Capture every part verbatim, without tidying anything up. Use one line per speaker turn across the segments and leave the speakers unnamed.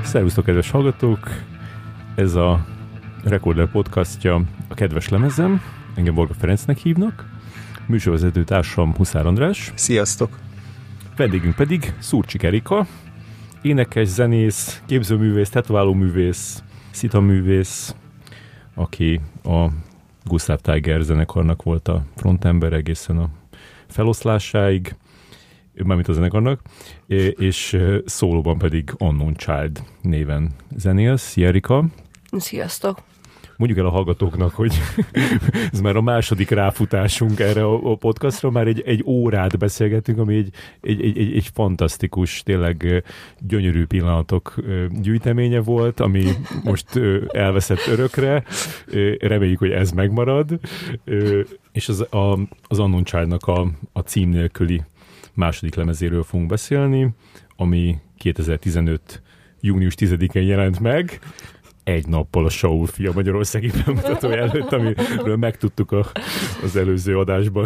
Szervusztok, kedves hallgatók! Ez a Recorder podcastja a Kedves Lemezem. Engem Borga Ferencnek hívnak. Műsorvezető társam Huszár András.
Sziasztok!
Vendégünk pedig Szurcsik Erika, énekes, zenész, képzőművész, tetoválóművész, szitaművész, aki a Gustav Tiger zenekarnak volt a frontember egészen a feloszlásáig, mármint a zenekarnak, és szólóban pedig Unknown Child néven zenélsz. Szia, Erika!
Sziasztok!
Mondjuk el a hallgatóknak, hogy ez már a második ráfutásunk erre a podcastra, már egy, egy órát beszélgetünk, ami egy, egy, egy, egy, egy fantasztikus, tényleg gyönyörű pillanatok gyűjteménye volt, ami most elveszett örökre. Reméljük, hogy ez megmarad. És az, a, az Unknown Child-nak a, a cím nélküli második lemezéről fogunk beszélni, ami kétezer-tizenöt június tizedikén jelent meg, egy nappal a Saul fia magyarországi bemutatója előtt, amiről megtudtuk a, az előző adásban,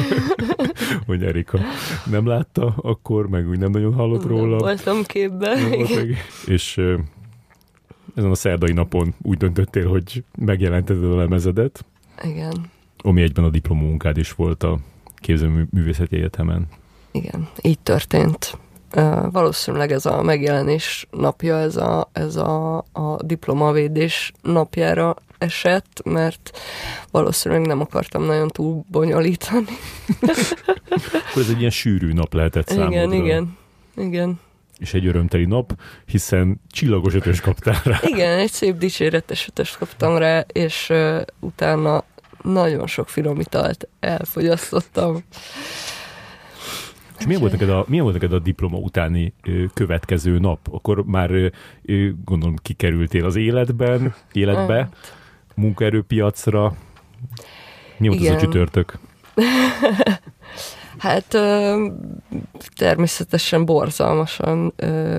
hogy Erika nem látta akkor, meg úgy nem nagyon hallott róla.
Nem voltam képben.
Nem volt meg. És uh, ezen a szerdai napon úgy döntöttél, hogy megjelented a lemezedet.
Igen.
Ami egyben a diplomunkád is volt a Képzőművészeti Egyetemen.
Igen, így történt. Uh, valószínűleg ez a megjelenés napja, ez a, ez a, a diplomavédés napjára esett, mert valószínűleg nem akartam nagyon túl bonyolítani.
Akkor ez egy ilyen sűrű nap lehetett számodra.
Igen, igen, igen.
És egy örömteli nap, hiszen csillagos ötös kaptál rá.
Igen, egy szép dicséretes ötös kaptam rá, és uh, utána nagyon sok finom italt elfogyasztottam.
És milyen volt, neked a, milyen volt neked a diploma utáni ö, következő nap? Akkor már ö, ö, gondolom kikerültél az életben, életbe, munkaerőpiacra. Mi volt
igen.
az a csütörtök?
Hát ö, természetesen borzalmasan ö,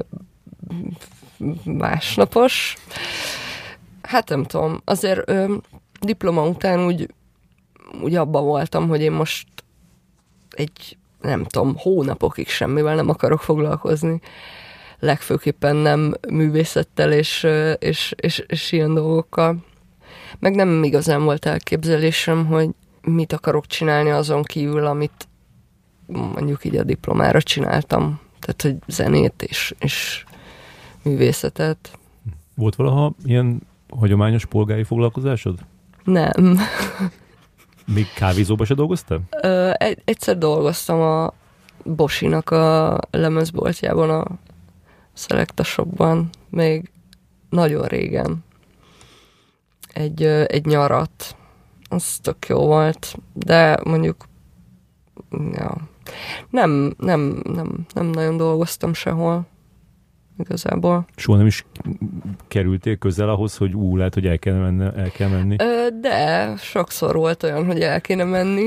másnapos. Hát nem tudom, azért ö, diploma után úgy, úgy abban voltam, hogy én most egy nem tudom, hónapokig semmivel nem akarok foglalkozni. Legfőképpen nem művészettel és, és, és, és ilyen dolgokkal. Meg nem igazán volt elképzelésem, hogy mit akarok csinálni azon kívül, amit mondjuk így a diplomára csináltam. Tehát, hogy zenét és, és művészetet.
Volt valaha ilyen hagyományos polgári foglalkozásod?
Nem.
Még kávézóba se dolgoztál?
Ö, egy, egyszer dolgoztam a Bosinak a lemezboltjában, a Selecta Shopban, még nagyon régen. Egy, egy nyarat. Az tök jó volt, de mondjuk ja, nem, nem, nem, nem nagyon dolgoztam sehol. Igazából.
Soha nem is kerültél közel ahhoz, hogy ú, lehet, hogy el kell, menni, el kell menni?
Ö, de sokszor volt olyan, hogy el kéne menni.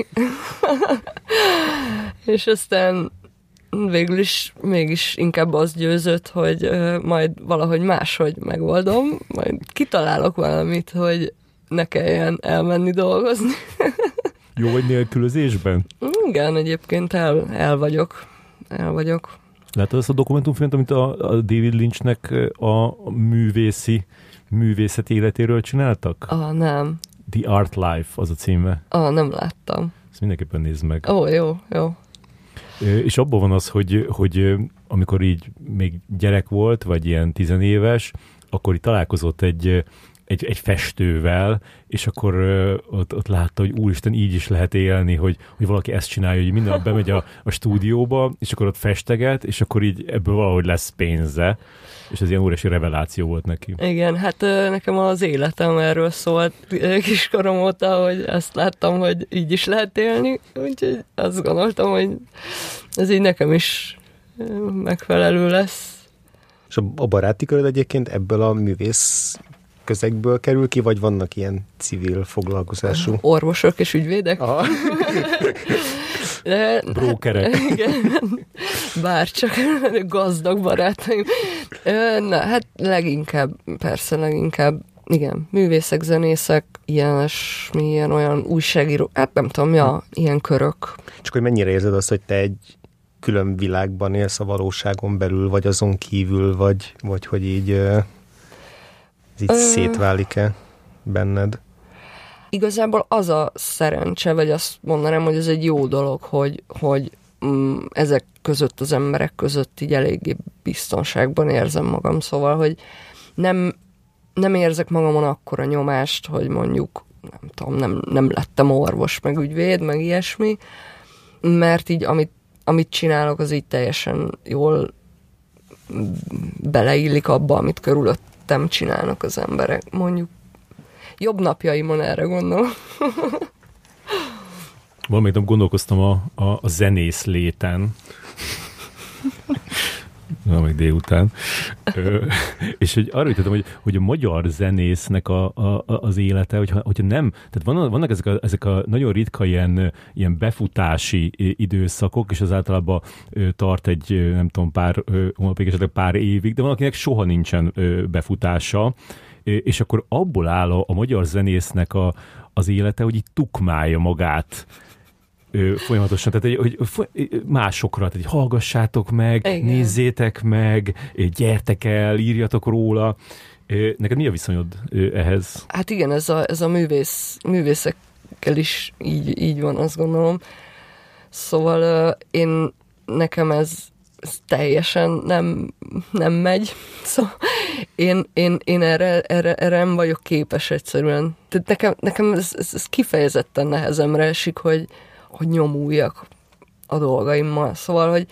És aztán végül is mégis inkább az győzött, hogy ö, majd valahogy máshogy megoldom, majd kitalálok valamit, hogy ne kelljen elmenni dolgozni.
Jó vagy nélkülözésben?
Igen, egyébként el, el vagyok. El vagyok.
Látod azt a dokumentumfilmet, amit a, a David Lynchnek a művészi, művészet életéről csináltak?
Ah, nem.
The Art Life az a címe.
Ah, nem láttam.
Ezt mindenképpen nézd meg.
Ó, oh, jó, jó.
És abban van az, hogy, hogy amikor így még gyerek volt, vagy ilyen tizenéves, akkor így találkozott egy, egy, egy festővel, és akkor ott, ott látta, hogy úristen, így is lehet élni, hogy, hogy valaki ezt csinálja, hogy minden nap bemegy a, a stúdióba, és akkor ott festeget, és akkor így ebből valahogy lesz pénze, és ez ilyen óriási reveláció volt neki.
Igen, hát nekem az életem erről szólt kiskorom óta, hogy ezt láttam, hogy így is lehet élni, úgyhogy azt gondoltam, hogy ez így nekem is megfelelő lesz.
És a baráti köröd egyébként ebből a művész közegből kerül ki, vagy vannak ilyen civil foglalkozású?
Orvosok és ügyvédek?
Aha.
De,
Brókerek.
Hát, igen, bárcsak gazdag barátaim. Na, hát leginkább, persze leginkább, igen, művészek, zenészek, ilyesmi, ilyen olyan újságíró, hát nem tudom, ja, ilyen körök.
Csak hogy mennyire érzed azt, hogy te egy külön világban élsz a valóságon belül, vagy azon kívül, vagy, vagy hogy így, ez így Ö... szétválik-e benned?
Igazából az a szerencse, vagy azt mondanám, hogy ez egy jó dolog, hogy, hogy mm, ezek között, az emberek között így eléggé biztonságban érzem magam, szóval, hogy nem, nem érzek magamon akkora nyomást, hogy mondjuk, nem tudom, nem, nem lettem orvos, meg ügyvéd, meg ilyesmi, mert így amit, amit csinálok, az így teljesen jól beleillik abba, amit körülöttem csinálnak az emberek, mondjuk. Jobb napjaimon erre gondolom.
Valamit gondolkoztam a, a, a zenész léten. Na, meg délután. Ö, és hogy arra jutottam, hogy, hogy a magyar zenésznek a, a, az élete, hogyha, hogyha nem, tehát vannak, vannak ezek, a, ezek a nagyon ritka ilyen, ilyen befutási időszakok, és az általában ö, tart egy, nem tudom, pár hónapig, esetleg pár évig, de van, akinek soha nincsen ö, befutása, és akkor abból áll a, a magyar zenésznek a, az élete, hogy így tukmálja magát ö, folyamatosan, tehát hogy, hogy másokra, tehát hogy hallgassátok meg, igen, nézzétek meg, gyertek el, írjatok róla. Neked mi a viszonyod ehhez?
Hát igen, ez a, ez a művész, művészekkel is így, így van, azt gondolom. Szóval én, nekem ez ez teljesen nem, nem megy. Szóval én, én, én erre, erre, erre nem vagyok képes egyszerűen. Tehát nekem, nekem ez, ez, ez kifejezetten nehezemre esik, hogy, hogy nyomuljak a dolgaimmal. Szóval, hogy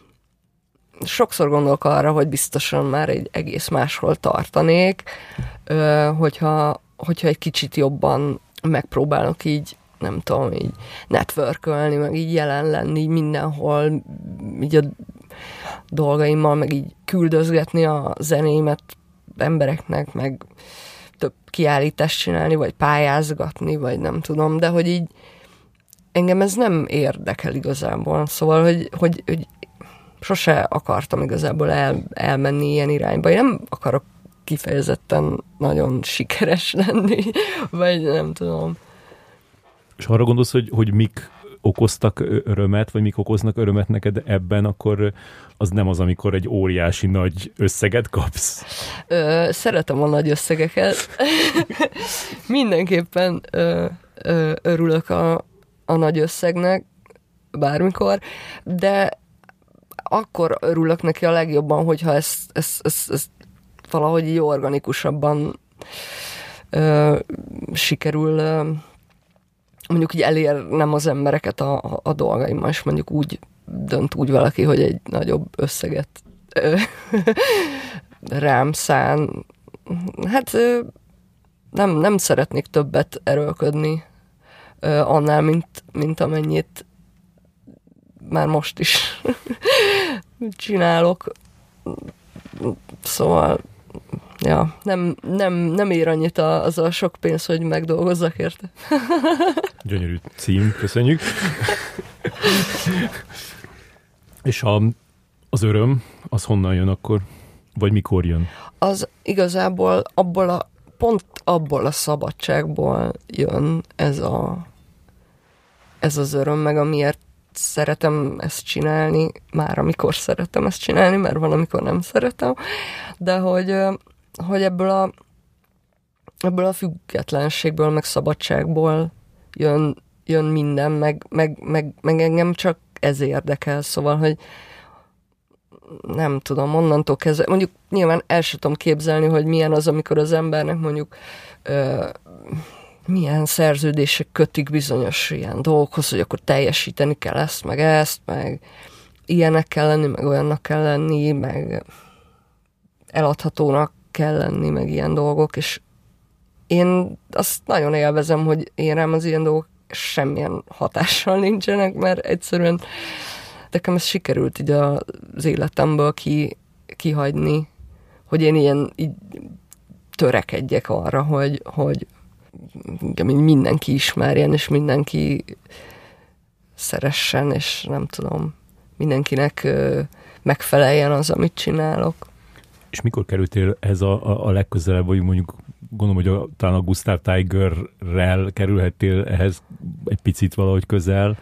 sokszor gondolok arra, hogy biztosan már egy egész máshol tartanék, hogyha, hogyha egy kicsit jobban megpróbálok így, nem tudom, így networkölni, meg így jelen lenni mindenhol, így a dolgaimmal, meg így küldözgetni a zenémet embereknek, meg több kiállítást csinálni, vagy pályázgatni, vagy nem tudom, de hogy így engem ez nem érdekel igazából. Szóval, hogy, hogy, hogy sose akartam igazából el, elmenni ilyen irányba. Én nem akarok kifejezetten nagyon sikeres lenni, vagy nem tudom.
És arra gondolsz, hogy, hogy mik okoztak örömet, vagy mik okoznak örömet neked ebben, akkor az nem az, amikor egy óriási nagy összeget kapsz?
Ö, szeretem a nagy összegeket. Mindenképpen ö, ö, örülök a, a nagy összegnek, bármikor, de akkor örülök neki a legjobban, hogyha ezt, ezt, ezt, ezt valahogy így organikusabban ö, sikerül ö, mondjuk így elérnem az embereket a, a, a dolgaimmal, és mondjuk úgy dönt úgy valaki, hogy egy nagyobb összeget ö, rám szán. Hát ö, nem, nem szeretnék többet erőlködni ö, annál, mint, mint amennyit már most is csinálok. Szóval ja, nem, nem, nem ér annyit az a sok pénz, hogy megdolgozzak érte.
Gyönyörű cím, köszönjük. És a, az öröm, az honnan jön akkor? Vagy mikor jön?
Az igazából abból a, pont abból a szabadságból jön ez a ez az öröm, meg amiért szeretem ezt csinálni, már amikor szeretem ezt csinálni, mert van, amikor nem szeretem, de hogy, hogy ebből a ebből a függetlenségből, meg szabadságból jön, jön minden, meg, meg, meg, meg engem csak ez érdekel, szóval, hogy nem tudom, onnantól kezdve, mondjuk nyilván el sem tudom képzelni, hogy milyen az, amikor az embernek mondjuk ö, milyen szerződések kötik bizonyos ilyen dolgokhoz, hogy akkor teljesíteni kell ezt, meg ezt, meg ilyenek kell lenni, meg olyannak kell lenni, meg eladhatónak kell lenni, meg ilyen dolgok, és én azt nagyon élvezem, hogy én rám az ilyen dolgok semmilyen hatással nincsenek, mert egyszerűen nekem ez sikerült így az életemből ki, kihagyni, hogy én ilyen így törekedjek arra, hogy, hogy mindenki ismerjen, és mindenki szeressen, és nem tudom, mindenkinek megfeleljen az, amit csinálok.
És mikor kerültél ez a, a, a legközelebb, vagy mondjuk gondolom, hogy a, talán a Gustav Tigerrel kerülhettél ehhez egy picit valahogy közel,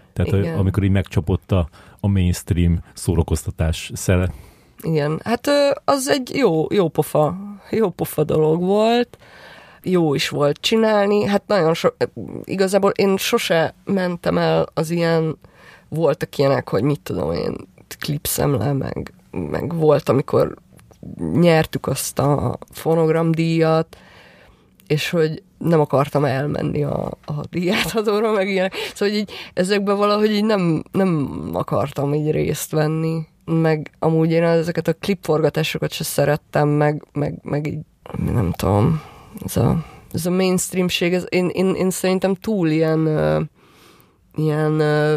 Tehát igen. amikor így megcsapott a, a mainstream szórakoztatás szele.
Igen, hát az egy jó, jó pofa, jó pofa dolog volt, jó is volt csinálni, hát nagyon so, igazából én sose mentem el az ilyen, voltak ilyenek, hogy mit tudom én, klipszemle, meg, meg volt, amikor nyertük azt a fonogramdíjat, és hogy nem akartam elmenni a, a díjátadóra, meg ilyenek. Szóval így ezekben valahogy így nem, nem akartam így részt venni, meg amúgy én ezeket a klipforgatásokat se szerettem, meg, meg, meg így, nem tudom, ez a, ez a mainstreamség, ez, én, én, én szerintem túl ilyen, uh, ilyen uh,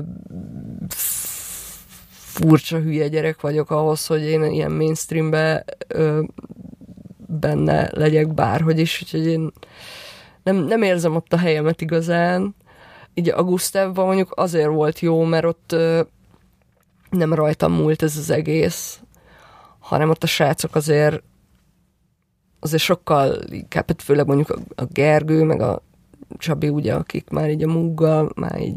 furcsa hülye gyerek vagyok ahhoz, hogy én ilyen mainstreambe uh, benne legyek bárhogy is, úgyhogy én nem, nem érzem ott a helyemet igazán. Így a Gusztávban mondjuk azért volt jó, mert ott uh, nem rajtam múlt ez az egész, hanem ott a srácok azért azért sokkal inkább, hát főleg mondjuk a, a Gergő, meg a Csabi, ugye, akik már így a Muggal, már így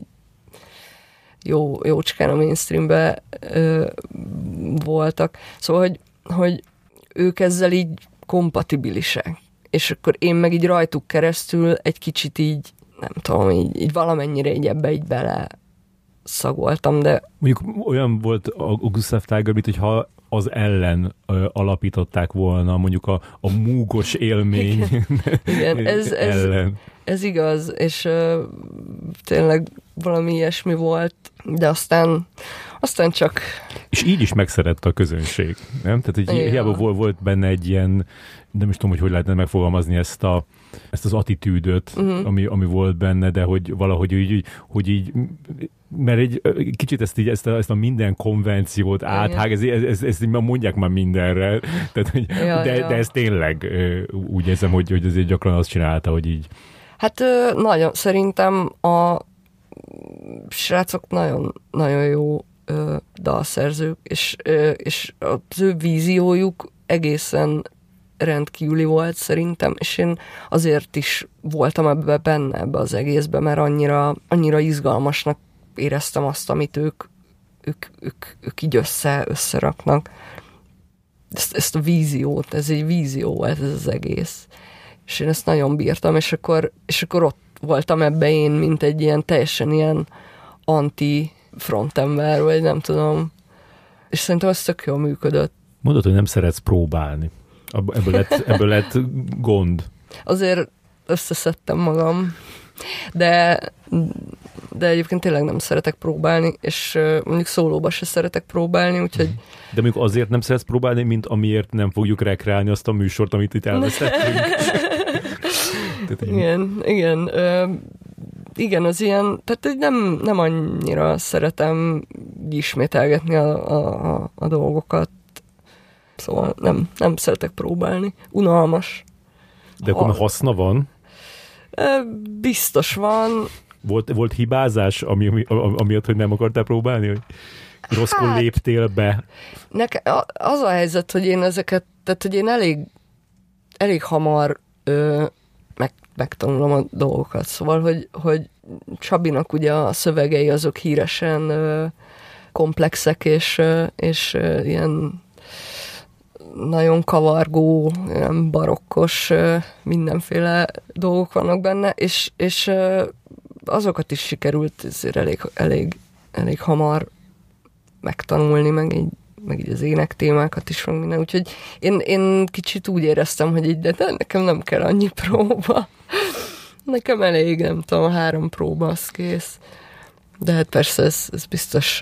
jó, jócskán a mainstreambe ö, voltak. Szóval, hogy, hogy ők ezzel így kompatibilisek. És akkor én meg így rajtuk keresztül egy kicsit így, nem tudom, így, így valamennyire így ebbe így bele szagoltam, de...
Mondjuk olyan volt a Gustav Tiger, mint hogyha az ellen ö, alapították volna, mondjuk a, a múgos élmény
igen, igen ez, ez,
ellen.
Ez igaz, és ö, tényleg valami ilyesmi volt, de aztán, aztán csak...
És így is megszerette a közönség, nem? Tehát hogy hiába volt, volt benne egy ilyen, nem is tudom, hogy hogy lehetne megfogalmazni ezt, a, ezt az attitűdöt, uh-huh. ami, ami volt benne, de hogy valahogy így, hogy így, mert egy kicsit ezt, így, ezt, a, ezt a minden konvenciót áthág, ez, ez, ez, ezt mondják már mindenre, tehát, hogy, ja, de, ja. de ez tényleg úgy érzem, hogy, hogy azért gyakran azt csinálta, hogy így.
Hát nagyon, szerintem a srácok nagyon, nagyon jó ö, dalszerzők, és, ö, és az ő víziójuk egészen rendkívüli volt szerintem, és én azért is voltam ebbe benne, ebbe az egészbe, mert annyira, annyira izgalmasnak éreztem azt, amit ők, ők, ők, ők így össze, összeraknak. Ezt, ezt a víziót, ez egy vízió volt ez az egész. És én ezt nagyon bírtam, és akkor, és akkor ott voltam ebbe én, mint egy ilyen teljesen ilyen anti-frontember, vagy nem tudom. És szerintem ez tök jól működött.
Mondod, hogy nem szeretsz próbálni. Ebből lett, ebből lett gond.
Azért összeszedtem magam, de, de egyébként tényleg nem szeretek próbálni, és mondjuk szólóba se szeretek próbálni, úgyhogy...
De mondjuk azért nem szeretsz próbálni, mint amiért nem fogjuk rekreálni azt a műsort, amit itt elvesztettünk.
igen, igen. Ö, igen, az ilyen, tehát nem, nem annyira szeretem ismételgetni a, a, a dolgokat. Szóval nem, nem szeretek próbálni. Unalmas.
De akkor ha... haszna van?
Biztos van.
Volt, volt hibázás, ami, ami, amiatt, hogy nem akartál próbálni? Hogy rosszkor hát, léptél be?
Neke, az a helyzet, hogy én ezeket, tehát hogy én elég, elég hamar ö, meg, megtanulom a dolgokat. Szóval, hogy, hogy Csabinak ugye a szövegei azok híresen ö, komplexek, és, ö, és ö, ilyen nagyon kavargó, ilyen barokkos, mindenféle dolgok vannak benne, és, és azokat is sikerült ezért elég, elég, elég hamar megtanulni, meg így, meg így az énektémákat is, meg minden. Úgyhogy én, én kicsit úgy éreztem, hogy így, de nekem nem kell annyi próba. Nekem elég, nem tudom, három próba, az kész. De hát persze ez, ez biztos,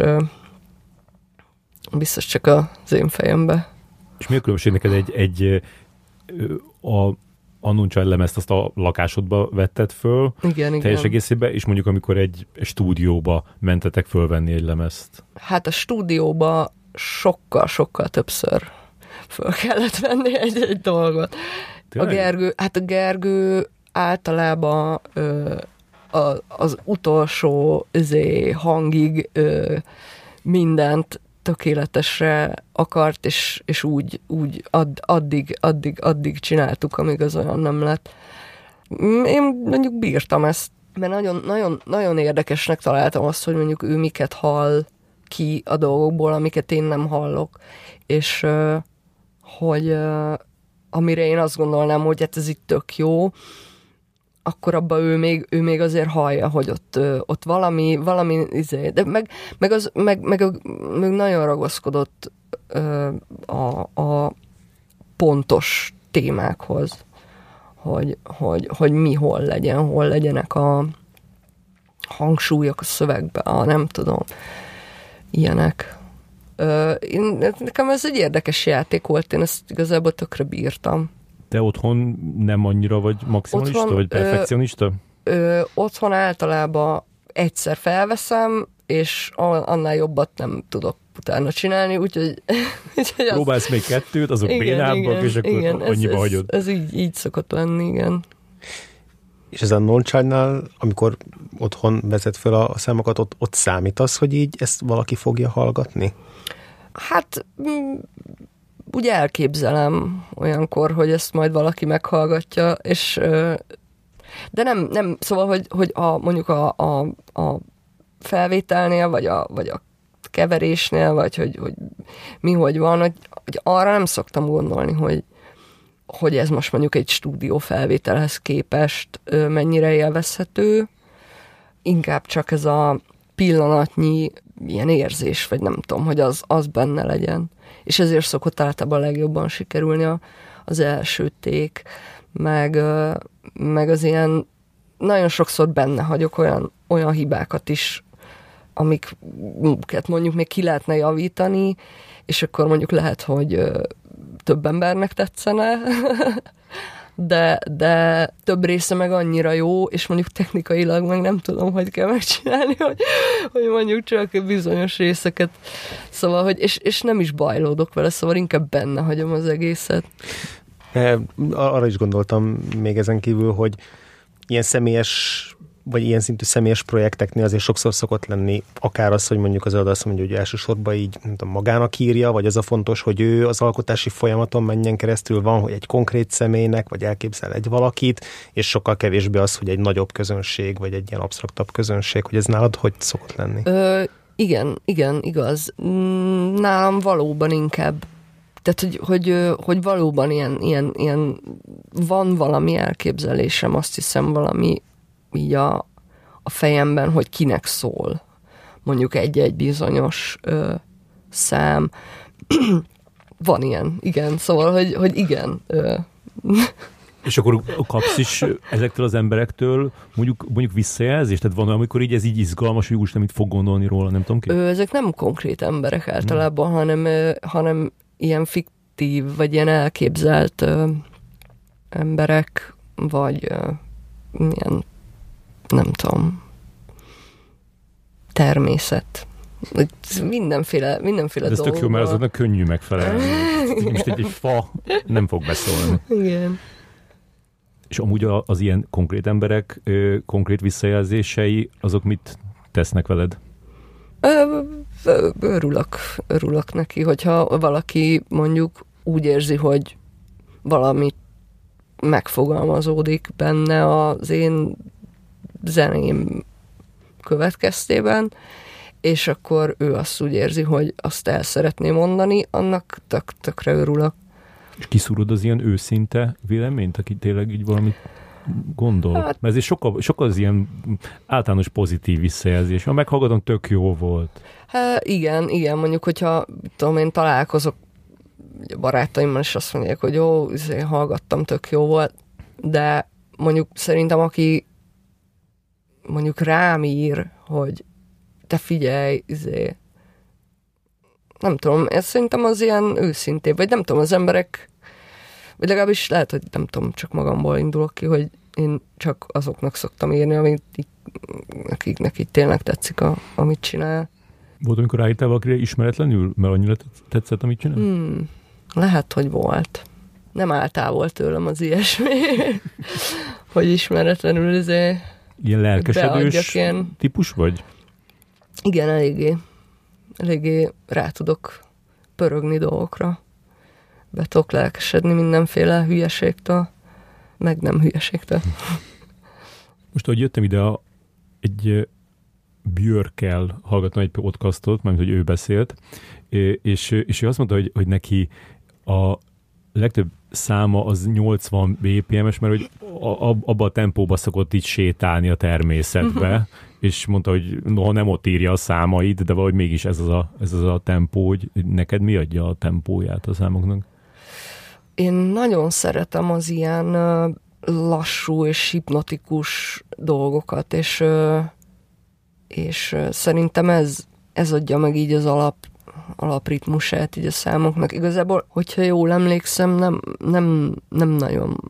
biztos csak az én fejembe.
És mi a különbség neked egy, egy a Annuncsa lemezt azt a lakásodba vetted föl,
igen,
teljes
igen.
egészében, és mondjuk amikor egy stúdióba mentetek fölvenni egy lemezt.
Hát a stúdióba sokkal-sokkal többször föl kellett venni egy-egy dolgot. Tényleg? A Gergő, hát a Gergő általában ö, a, az utolsó özé, hangig ö, mindent tökéletesre akart, és, és úgy, úgy add, addig, addig, addig csináltuk, amíg az olyan nem lett. Én mondjuk bírtam ezt, mert nagyon, nagyon, nagyon érdekesnek találtam azt, hogy mondjuk ő miket hall ki a dolgokból, amiket én nem hallok, és hogy amire én azt gondolnám, hogy hát ez itt tök jó, akkor abban ő még, ő még azért hallja, hogy ott, ott valami, valami izé, de meg, meg, az, meg, meg, meg nagyon ragaszkodott a, a pontos témákhoz, hogy, hogy, hogy mi hol legyen, hol legyenek a hangsúlyok a szövegbe, a nem tudom, ilyenek. Én, nekem ez egy érdekes játék volt, én ezt igazából tökre bírtam.
Te otthon nem annyira vagy maximalista, otthon, vagy perfekcionista?
Ö, ö, otthon általában egyszer felveszem, és annál jobbat nem tudok utána csinálni, úgyhogy... úgyhogy
próbálsz az... még kettőt, azok bénábbak, és akkor igen, annyiba
ez,
hagyod.
Ez, ez így, így szokott lenni, igen.
És ez a non-child-nál, amikor otthon vezet fel a számokat, ott, ott számít az, hogy így ezt valaki fogja hallgatni?
Hát... Mm, úgy elképzelem olyankor, hogy ezt majd valaki meghallgatja, és de nem, nem szóval, hogy, hogy a, mondjuk a, a, a felvételnél, vagy a, vagy a keverésnél, vagy hogy, hogy mi hogy van, hogy, hogy arra nem szoktam gondolni, hogy, hogy ez most mondjuk egy stúdió felvételhez képest mennyire élvezhető, inkább csak ez a pillanatnyi ilyen érzés, vagy nem tudom, hogy az, az benne legyen. És ezért szokott általában legjobban sikerülni a, az első ték, meg, meg az ilyen nagyon sokszor benne hagyok olyan, olyan hibákat is, amiket mondjuk még ki lehetne javítani, és akkor mondjuk lehet, hogy több embernek tetszene, de, de több része meg annyira jó, és mondjuk technikailag meg nem tudom, hogy kell megcsinálni, hogy, hogy mondjuk csak bizonyos részeket. Szóval, hogy, és, és nem is bajlódok vele, szóval inkább benne hagyom az egészet.
Arra is gondoltam még ezen kívül, hogy ilyen személyes, vagy ilyen szintű személyes projekteknél azért sokszor szokott lenni akár az, hogy mondjuk az előadó azt mondja, hogy elsősorban így nem tudom, magának írja, vagy az a fontos, hogy ő az alkotási folyamaton menjen keresztül, van, hogy egy konkrét személynek, vagy elképzel egy valakit, és sokkal kevésbé az, hogy egy nagyobb közönség, vagy egy ilyen absztraktabb közönség, hogy ez nálad hogy szokott lenni?
Ö, igen, igen, igaz. Nálam valóban inkább tehát, hogy, hogy, hogy valóban ilyen, ilyen, ilyen van valami elképzelésem, azt hiszem valami így a, a fejemben, hogy kinek szól mondjuk egy-egy bizonyos ö, szám. Van ilyen, igen, szóval, hogy, hogy igen. Ö.
És akkor kapsz is ezektől az emberektől mondjuk, mondjuk visszajelzést? Tehát van, amikor így ez így izgalmas, hogy úgy nem mit fog gondolni róla, nem tudom ki?
Ö, ezek nem konkrét emberek általában, hmm. hanem, ö, hanem ilyen fiktív, vagy ilyen elképzelt ö, emberek, vagy ö, ilyen nem tudom, természet. Mindenféle, mindenféle
ez tök jó, mert azoknak könnyű megfelelni. Most egy, egy fa nem fog beszólni.
Igen.
És amúgy az ilyen konkrét emberek konkrét visszajelzései, azok mit tesznek veled?
Örülök, örülök neki, hogyha valaki mondjuk úgy érzi, hogy valami megfogalmazódik benne az én zeném következtében, és akkor ő azt úgy érzi, hogy azt el szeretné mondani, annak tök, tökre örülök.
És kiszúrod az ilyen őszinte véleményt, aki tényleg így valamit gondol? Hát, mert ez sokkal, sokkal az ilyen általános pozitív visszajelzés. Ha meghallgatom, tök jó volt.
Hát igen, igen, mondjuk, hogyha tudom, én találkozok barátaimmal, és azt mondják, hogy jó, én hallgattam, tök jó volt, de mondjuk szerintem, aki mondjuk rám ír, hogy te figyelj, izé, nem tudom, ez szerintem az ilyen őszintébb, vagy nem tudom, az emberek, vagy legalábbis lehet, hogy nem tudom, csak magamból indulok ki, hogy én csak azoknak szoktam írni, amit így, akiknek így tényleg tetszik, a, amit csinál.
Volt, amikor ráírtál valakire ismeretlenül, mert annyira tetszett, amit csinál?
Hmm, lehet, hogy volt. Nem áll távol tőlem az ilyesmi, hogy ismeretlenül izé
ilyen lelkesedős ilyen... típus vagy?
Igen, eléggé. Eléggé rá tudok pörögni dolgokra. Be tudok lelkesedni mindenféle hülyeségtől, meg nem hülyeségtől.
Most, ahogy jöttem ide a, egy Björkkel hallgattam egy podcastot, mert hogy ő beszélt, és, és ő azt mondta, hogy, hogy neki a legtöbb száma az nyolcvan bé pé em es, mert hogy abba a tempóba szokott így sétálni a természetbe, uh-huh. és mondta, hogy noha nem ott írja a számait, de valahogy mégis ez az a, ez az a tempó, hogy neked mi adja a tempóját a számoknak?
Én nagyon szeretem az ilyen lassú és hipnotikus dolgokat, és, és szerintem ez, ez adja meg így az alap alapritmusát így a számoknak. Igazából, hogyha jól emlékszem, nem, nem, nem nagyon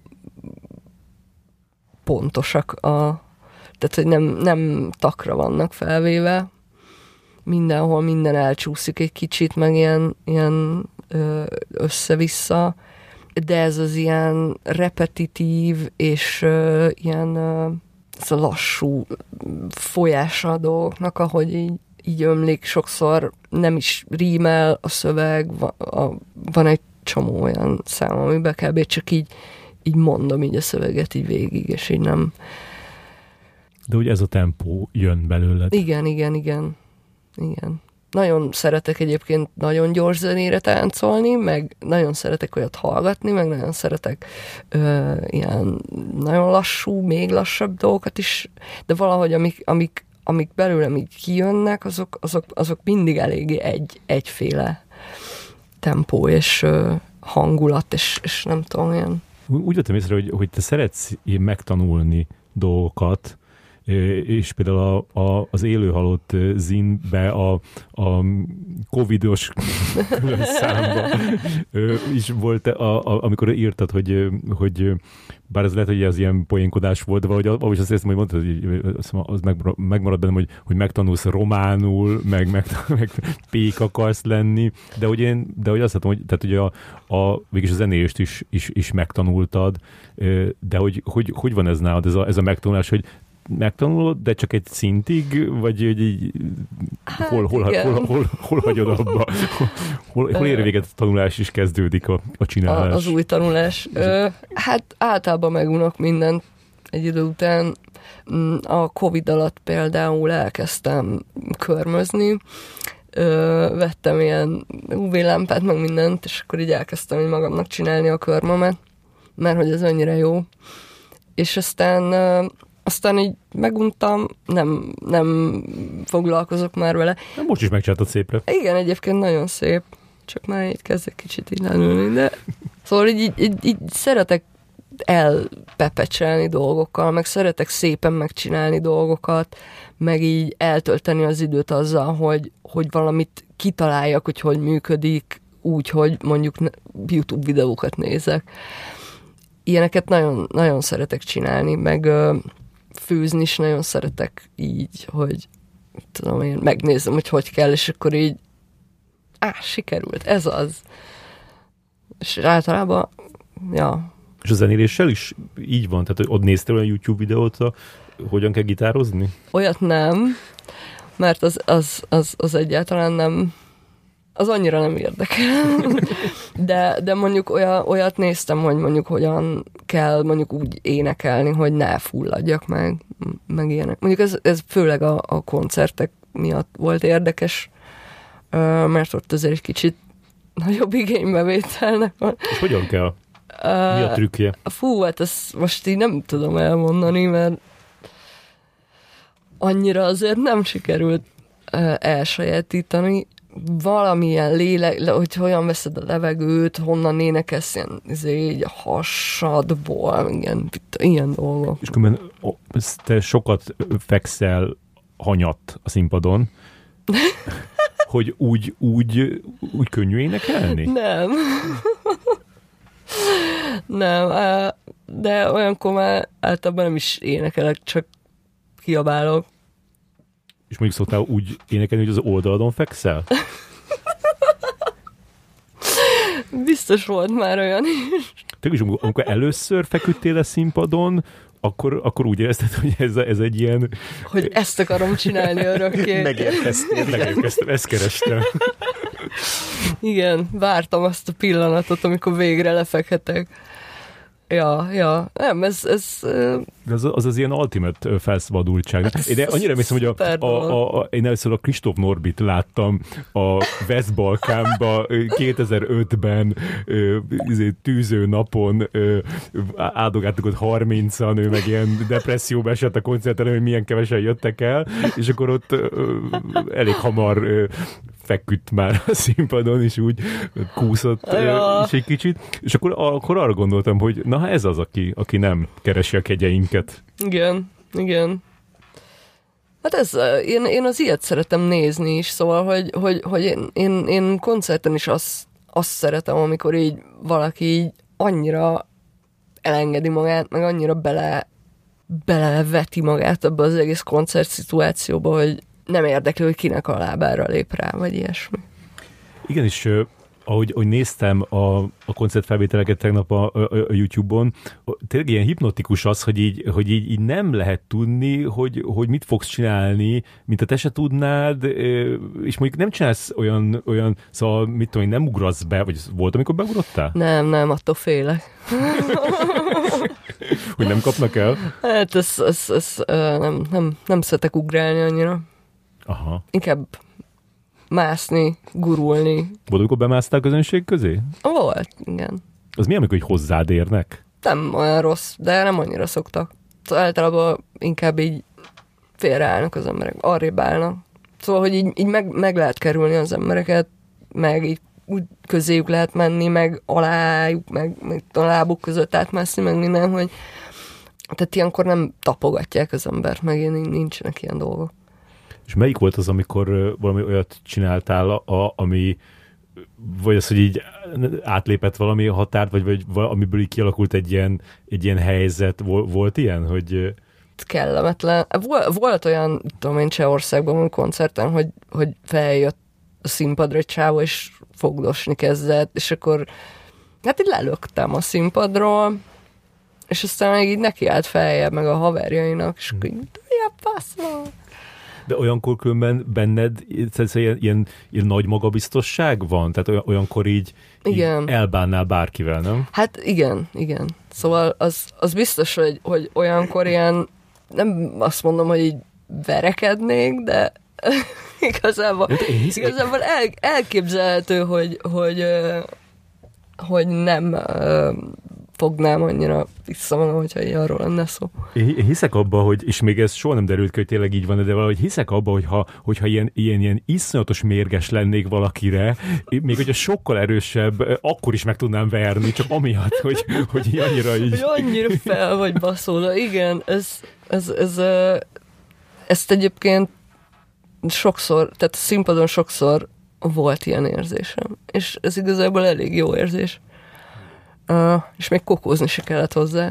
pontosak a... Tehát, hogy nem, nem takra vannak felvéve. Mindenhol minden elcsúszik egy kicsit, meg ilyen, ilyen össze-vissza. De ez az ilyen repetitív és ö, ilyen ö, ez a lassú folyása a dolgoknak, ahogy így így ömlik, sokszor nem is rímel a szöveg, van, a, van egy csomó olyan szám, amiben kb. Csak így, így mondom így a szöveget így végig, és így nem...
De úgy ez a tempó jön belőled.
Igen, igen, igen. Igen. Nagyon szeretek egyébként nagyon gyors zenére táncolni, meg nagyon szeretek olyat hallgatni, meg nagyon szeretek ö, ilyen nagyon lassú, még lassabb dolgokat is, de valahogy amik, amik amik belőlem így kijönnek, azok, azok, azok mindig eléggé egy, egyféle tempó és uh, hangulat, és, és nem tudom, ilyen.
Úgy vettem észre, hogy, hogy te szeretsz megtanulni dolgokat, és például a, a, az élőhalott zinbe a, a covidos számba is volt, a, a, amikor írtad, hogy, hogy bár ez lehet, hogy ez ilyen poénkodás volt, de valahogy ahogy azt hiszem, hogy mondtad, hogy az megmaradt bennem, hogy, hogy megtanulsz románul, meg, meg, meg pék akarsz lenni, de hogy én, de hogy azt hiszem, hogy, tehát, hogy a, a, végülis a zenélést is, is, is megtanultad, de hogy, hogy, hogy van ez nálad, ez a, ez a megtanulás, hogy megtanulod, de csak egy szintig, vagy így, hát, hol, hol, hol, hol, hol, hol hagyod abba? Hol, hol ér véget a tanulás is kezdődik a, a csinálás?
A, az új tanulás. Ö, hát általában megunok mindent egy idő után. A Covid alatt például elkezdtem körmözni, Ö, vettem ilyen ú vé-lámpát, meg mindent, és akkor így elkezdtem így magamnak csinálni a körmömet, mert hogy ez annyira jó. És aztán Aztán így meguntam, nem, nem foglalkozok már vele.
Most is megcsináltad szépre.
Igen, egyébként nagyon szép, csak már így kezdek kicsit így lelülni, de szóval így, így, így, így szeretek elpepecselni dolgokkal, meg szeretek szépen megcsinálni dolgokat, meg így eltölteni az időt azzal, hogy, hogy valamit kitaláljak, hogy hogy működik, úgy, hogy mondjuk YouTube videókat nézek. Ilyeneket nagyon, nagyon szeretek csinálni, meg főzni is nagyon szeretek így, hogy tudom én, megnézem, hogy hogy kell, és akkor így á, sikerült, ez az. És általában, ja.
És a zenéléssel is így van? Tehát, hogy ott néztél olyan YouTube videót, hogyan kell gitározni?
Olyat nem, mert az, az, az, az egyáltalán nem, az annyira nem érdekel. De, de mondjuk olyat, olyat néztem, hogy mondjuk hogyan kell mondjuk úgy énekelni, hogy ne fulladjak meg, meg ilyenek. Mondjuk ez, ez főleg a, a koncertek miatt volt érdekes, mert ott azért egy kicsit nagyobb igénybevételnek van.
És hogyan kell? Mi a trükkje?
Fú, hát ezt most így nem tudom elmondani, mert annyira azért nem sikerült elsajátítani. Valamilyen lélek, hogy hogyan veszed a levegőt, honnan énekelsz, ilyen így a hasadból, ilyen, ilyen dolgok.
És különben te sokat fekszel hanyat a színpadon, hogy úgy, úgy, úgy könnyű énekelni?
Nem. Nem, de olyankor már általában nem is énekelek, csak kiabálok.
És mondjuk szoktál úgy énekelni, hogy az oldaladon fekszel?
Biztos volt már olyan is.
Te is, amikor először feküdtél a színpadon, akkor, akkor úgy érezted, hogy ez, ez egy ilyen...
Hogy ezt akarom csinálni örökké.
Megérkeztél.
Megérkeztem, ezt kerestem.
Igen, vártam azt a pillanatot, amikor végre lefekhetek. Ja, ja, nem, ez, ez
Az, az az ilyen ultimate felszabadultság. De annyira emlékszem, hogy a, a, a, a, én először a Kristóf Norbit láttam a West-Balkánba kétezer-ötben tűző napon áldogáltuk ott harmincan, ő meg ilyen depresszióba esett a koncerten, hogy milyen kevesen jöttek el, és akkor ott elég hamar feküdt már a színpadon, és úgy kúszott ja. is egy kicsit. És akkor, akkor arra gondoltam, hogy na ez az, aki, aki nem keresi a kegyeinket.
Igen, igen. Hát ez, én, én az ilyet szeretem nézni is, szóval, hogy, hogy, hogy én, én, én koncerten is azt, azt szeretem, amikor így valaki így annyira elengedi magát, meg annyira bele, beleveti magát abba az egész koncert szituációba, hogy nem érdekli, hogy kinek a lábára lép rá, vagy ilyesmi.
Igen, és uh, ahogy, ahogy néztem a, a koncertfelvételeket tegnap a, a, a YouTube-on, tényleg ilyen hipnotikus az, hogy így, hogy így, így nem lehet tudni, hogy, hogy mit fogsz csinálni, mint a te se tudnád, és mondjuk nem csinálsz olyan, olyan szóval mit tudom, nem ugrasz be, vagy volt, amikor beugrottál?
Nem, nem, attól félek.
Hogy nem kapnak el?
Hát ez, ez, ez nem, nem, nem szeretek ugrálni annyira.
Aha.
Inkább mászni, gurulni.
Volt, amikor bemásztál a közönség közé?
Volt, igen.
Az mi, amikor hozzád érnek?
Nem olyan rossz, de nem annyira szoktak. Szóval általában inkább így félreállnak az emberek, arrébb állnak. Szóval, hogy így, így meg, meg lehet kerülni az embereket, meg így úgy közéjük lehet menni, meg alájuk, meg, meg a lábuk között átmászni, meg minden, hogy tehát ilyenkor nem tapogatják az embert, meg ilyen nincsenek ilyen dolgok.
És melyik volt az, amikor valami olyat csináltál, a, ami, vagy az, hogy így átlépett valami határt, vagy, vagy amiből így kialakult egy ilyen, egy ilyen helyzet? Volt, volt ilyen, hogy...
Kellemetlen. Volt, volt olyan, tudom én, Csehországban van koncerten, hogy, hogy feljött a színpadra egy csávó, és fogdosni kezdett, és akkor hát így lelöktem a színpadról, és aztán még így neki állt feljebb, meg a haverjainak, és akkor így, milyen fasz van?
De olyankor különben benned ilyen, ilyen, ilyen nagy magabiztosság van? Tehát olyankor így, így elbánnál bárkivel, nem?
Hát igen, igen. Szóval az, az biztos, hogy, hogy olyankor ilyen, nem azt mondom, hogy így verekednék, de igazából, igazából el, elképzelhető, hogy, hogy, hogy nem fognám annyira vissza magam, hogyha így arról lenne szó.
Én hiszek abba, hogy, és még ez soha nem derült ki, hogy tényleg így van, de valahogy hiszek abba, hogyha, hogyha ilyen, ilyen, ilyen iszonyatos mérges lennék valakire, még hogyha sokkal erősebb, akkor is meg tudnám verni, csak amiatt, hogy, hogy így annyira így...
Hogy annyira fel vagy baszóda. Igen, ez, ez, ez, ez, ezt egyébként sokszor, tehát a színpadon sokszor volt ilyen érzésem. És ez igazából elég jó érzés. Uh, és még kokózni se kellett hozzá.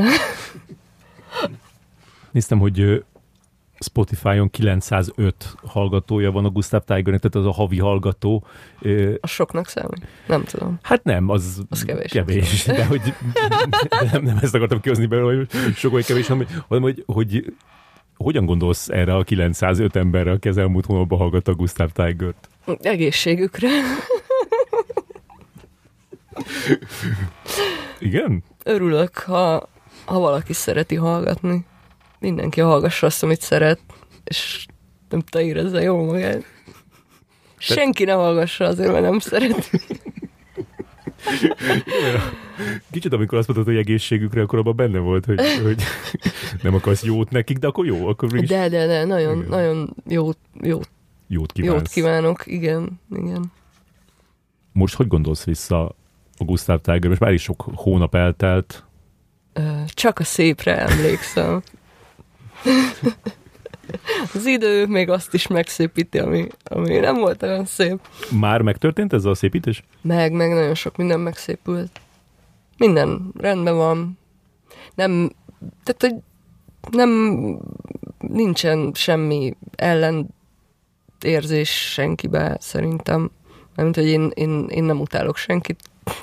Néztem, hogy Spotify-on kilencszázöt hallgatója van a Gustav Tigernek, tehát az a havi hallgató.
A soknak számít? Nem tudom.
Hát nem, az,
az kevés.
kevés de hogy de nem, nem ezt akartam kihozni belőle, hogy sok vagy kevés, hanem hogy, hogy hogyan gondolsz erre a kilencszázöt emberre, aki az elmúlt hónapban hallgatta a Gustav Tigert?
Egészségükre.
Igen?
Örülök, ha, ha valaki szereti hallgatni. Mindenki hallgassa azt, amit szeret, és nem tudom, érezze jól magát. Senki ne hallgassa azért, mert nem szeret.
Kicsit, amikor azt mondtad, hogy egészségükre, akkor abban benne volt, hogy, hogy nem akarsz jót nekik, de akkor jó. Akkor mégis...
De, de, de, nagyon, nagyon jót, jót,
jót,
jót kívánok. Igen, igen.
Most hogy gondolsz vissza a Gustav Tiger? Most már is sok hónap eltelt.
Csak a szépre emlékszem. Az idő még azt is megszépíti, ami, ami nem volt olyan szép.
Már megtörtént ez a szépítés?
Meg, meg nagyon sok minden megszépült. Minden rendben van. Nem, tehát, hogy nem, nincsen semmi ellenérzés senkibe, szerintem. Mert hogy én, én, én nem utálok senkit.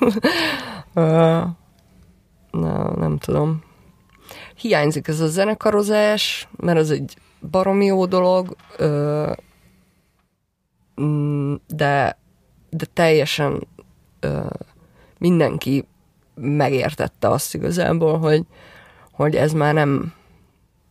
Na, nem tudom. Hiányzik ez a zenekarozás, mert az egy baromi jó dolog, de, de teljesen mindenki megértette azt igazából, hogy, hogy ez már nem,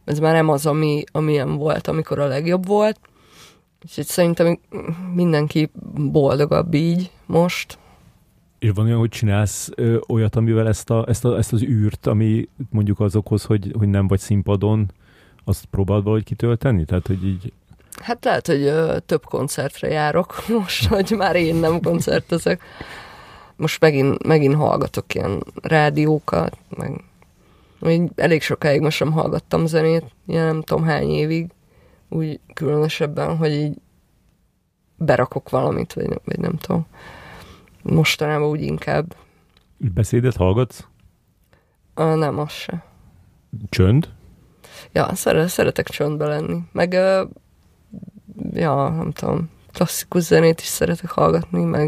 ez már nem az, ami, amilyen volt, amikor a legjobb volt. Úgyhogy szerintem mindenki boldogabb így most.
És van olyan, hogy csinálsz ö, olyat, amivel ezt, a, ezt, a, ezt az űrt, ami mondjuk azokhoz, hogy, hogy nem vagy színpadon, azt próbáld valahogy kitölteni? Tehát, hogy így...
Hát lehet, hogy ö, több koncertre járok most, hogy már én nem koncertezek. Most megint, megint hallgatok ilyen rádiókat, meg még elég sokáig most sem hallgattam zenét, ilyen nem tudom hány évig, úgy különösebben, hogy így berakok valamit, vagy nem, vagy nem tudom. Mostanában úgy inkább.
Beszédet hallgatsz?
Ah, nem, az se.
Csönd?
Ja, szeret, szeretek csöndbe lenni. Meg, uh, ja, nem tudom, klasszikus zenét is szeretek hallgatni, meg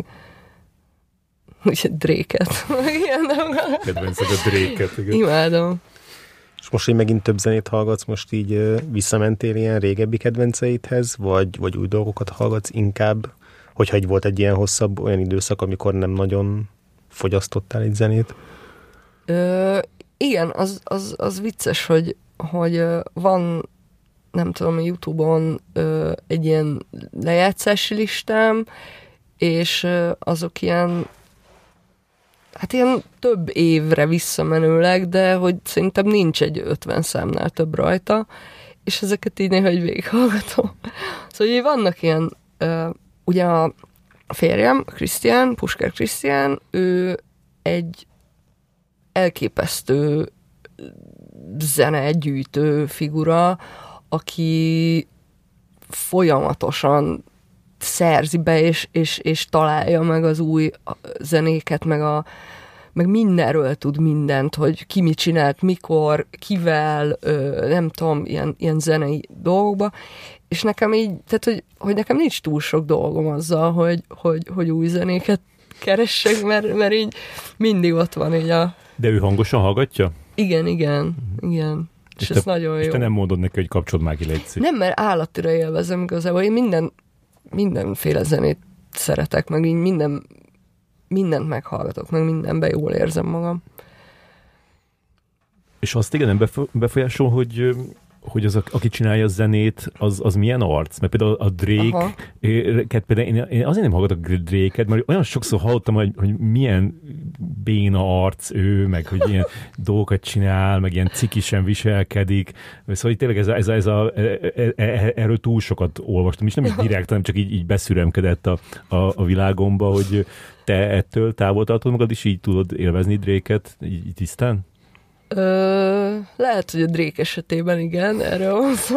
ugye Drake-et.
Kedvencek a Drake-et. Igen.
Imádom.
És most, hogy megint több zenét hallgatsz, most így uh, visszamentél ilyen régebbi kedvenceidhez, vagy, vagy új dolgokat hallgatsz inkább, hogyha egy volt egy ilyen hosszabb olyan időszak, amikor nem nagyon fogyasztottál egy zenét?
Ö, igen, az, az, az vicces, hogy, hogy van, nem tudom, a YouTube-on ö, egy ilyen lejátszási listám, és ö, azok ilyen, hát ilyen több évre visszamenőleg, de hogy szerintem nincs egy ötven számnál több rajta, és ezeket így néha, hogy végighallgatom. Szóval így vannak ilyen, ö, ugye a férjem, Krisztián, Puskár Krisztián, ő egy elképesztő zenegyűjtő figura, aki folyamatosan szerzi be, és, és, és találja meg az új zenéket, meg, a, meg mindenről tud mindent, hogy ki mit csinált, mikor, kivel, ö, nem tudom, ilyen, ilyen zenei dolgokba, és nekem így, tehát, hogy, hogy nekem nincs túl sok dolgom azzal, hogy, hogy, hogy új zenéket keressek, mert, mert így mindig ott van így a...
De ő hangosan hallgatja?
Igen, igen, igen. És, és ez te, nagyon jó.
És te nem mondod neki, hogy kapcsolod már ki, légy.
Nem, mert állatira élvezem igazából. Én minden, mindenféle zenét szeretek, meg így minden, mindent meghallgatok, meg mindenben jól érzem magam.
És azt igen nem befolyásol, hogy... hogy az, aki csinálja a zenét, az, az milyen arc? Mert például a Drake-ket, például én, én azért nem hallgatok Drake-et, mert olyan sokszor hallottam, hogy, hogy milyen béna arc ő, meg hogy ilyen dolgokat csinál, meg ilyen cikisen viselkedik. Szóval tényleg ez a, ez a, ez a, erről túl sokat olvastam, és nem így direkt, hanem csak így, így beszüremkedett a, a, a világomba, hogy te ettől távol tartod magad, és így tudod élvezni Drake-et így tisztán?
Ö, lehet, hogy a Drake esetében igen, erről van szó.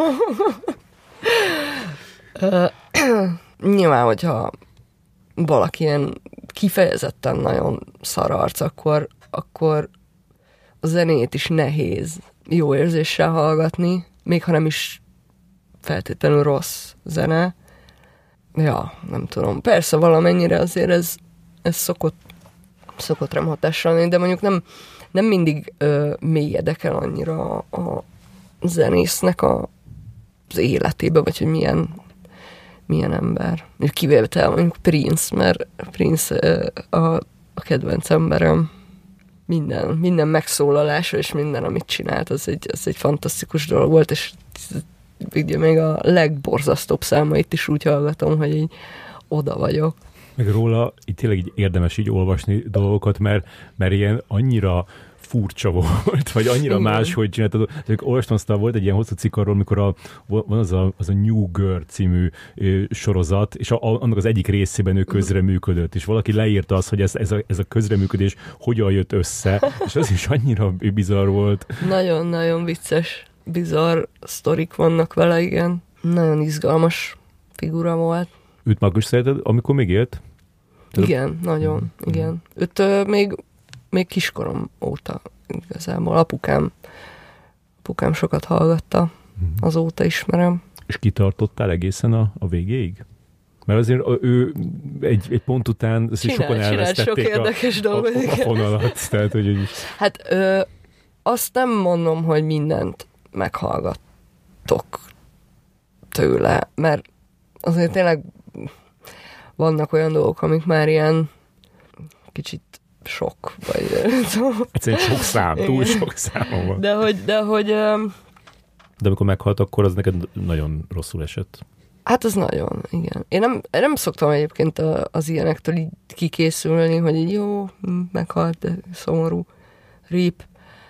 Ö, nyilván, hogyha valaki ilyen kifejezetten nagyon szar arc, akkor, akkor a zenét is nehéz jó érzéssel hallgatni, még ha nem is feltétlenül rossz zene. Ja, nem tudom. Persze valamennyire azért ez, ez szokott, szokott rám hatással lenni, de mondjuk nem nem mindig ö, mélyedek el annyira a zenésznek a, az életébe, vagy hogy milyen, milyen ember. Kivétel mondjuk Prince, mert Prince ö, a, a kedvenc emberem. Minden, minden megszólalása és minden, amit csinált, az egy, az egy fantasztikus dolog volt, és ugye még a legborzasztóbb számait is úgy hallgatom, hogy így oda vagyok.
Meg róla így tényleg így érdemes így olvasni dolgokat, mert, mert ilyen annyira furcsa volt, vagy annyira igen. Más, hogy csináltad. Olvastam, aztán volt egy ilyen hosszú cikk arról, amikor a, van az a, az a New Girl című ö, sorozat, és a, annak az egyik részében ő közreműködött, és valaki leírta azt, hogy ez, ez, a, ez a közreműködés hogyan jött össze, és az is annyira bizarr volt. Nagyon-nagyon
vicces, bizarr sztorik vannak vele, igen. Nagyon izgalmas figura volt.
Őt már is szereted, amikor még élt?
Igen, nagyon, mm. igen. Őt ö, még, még kiskorom óta igazából. Apukám, apukám sokat hallgatta, mm. azóta ismerem.
És kitartottál egészen a, a végéig? Mert azért ő egy, egy pont után csinál, sokan elvesztették
sok érdekes
a,
dolgot,
a, a fonalat. Tehát, hogy így...
Hát ö, azt nem mondom, hogy mindent meghallgattok tőle, mert azért tényleg vannak olyan dolgok, amik már ilyen kicsit sok, vagy...
Egyszerűen sok szám, túl sok számom van.
De hogy, de hogy
De amikor meghalt, akkor az neked nagyon rosszul esett.
Hát az nagyon, igen. Én nem, én nem szoktam egyébként a, az ilyenektől így kikészülni, hogy így jó, meghalt, de szomorú, rip.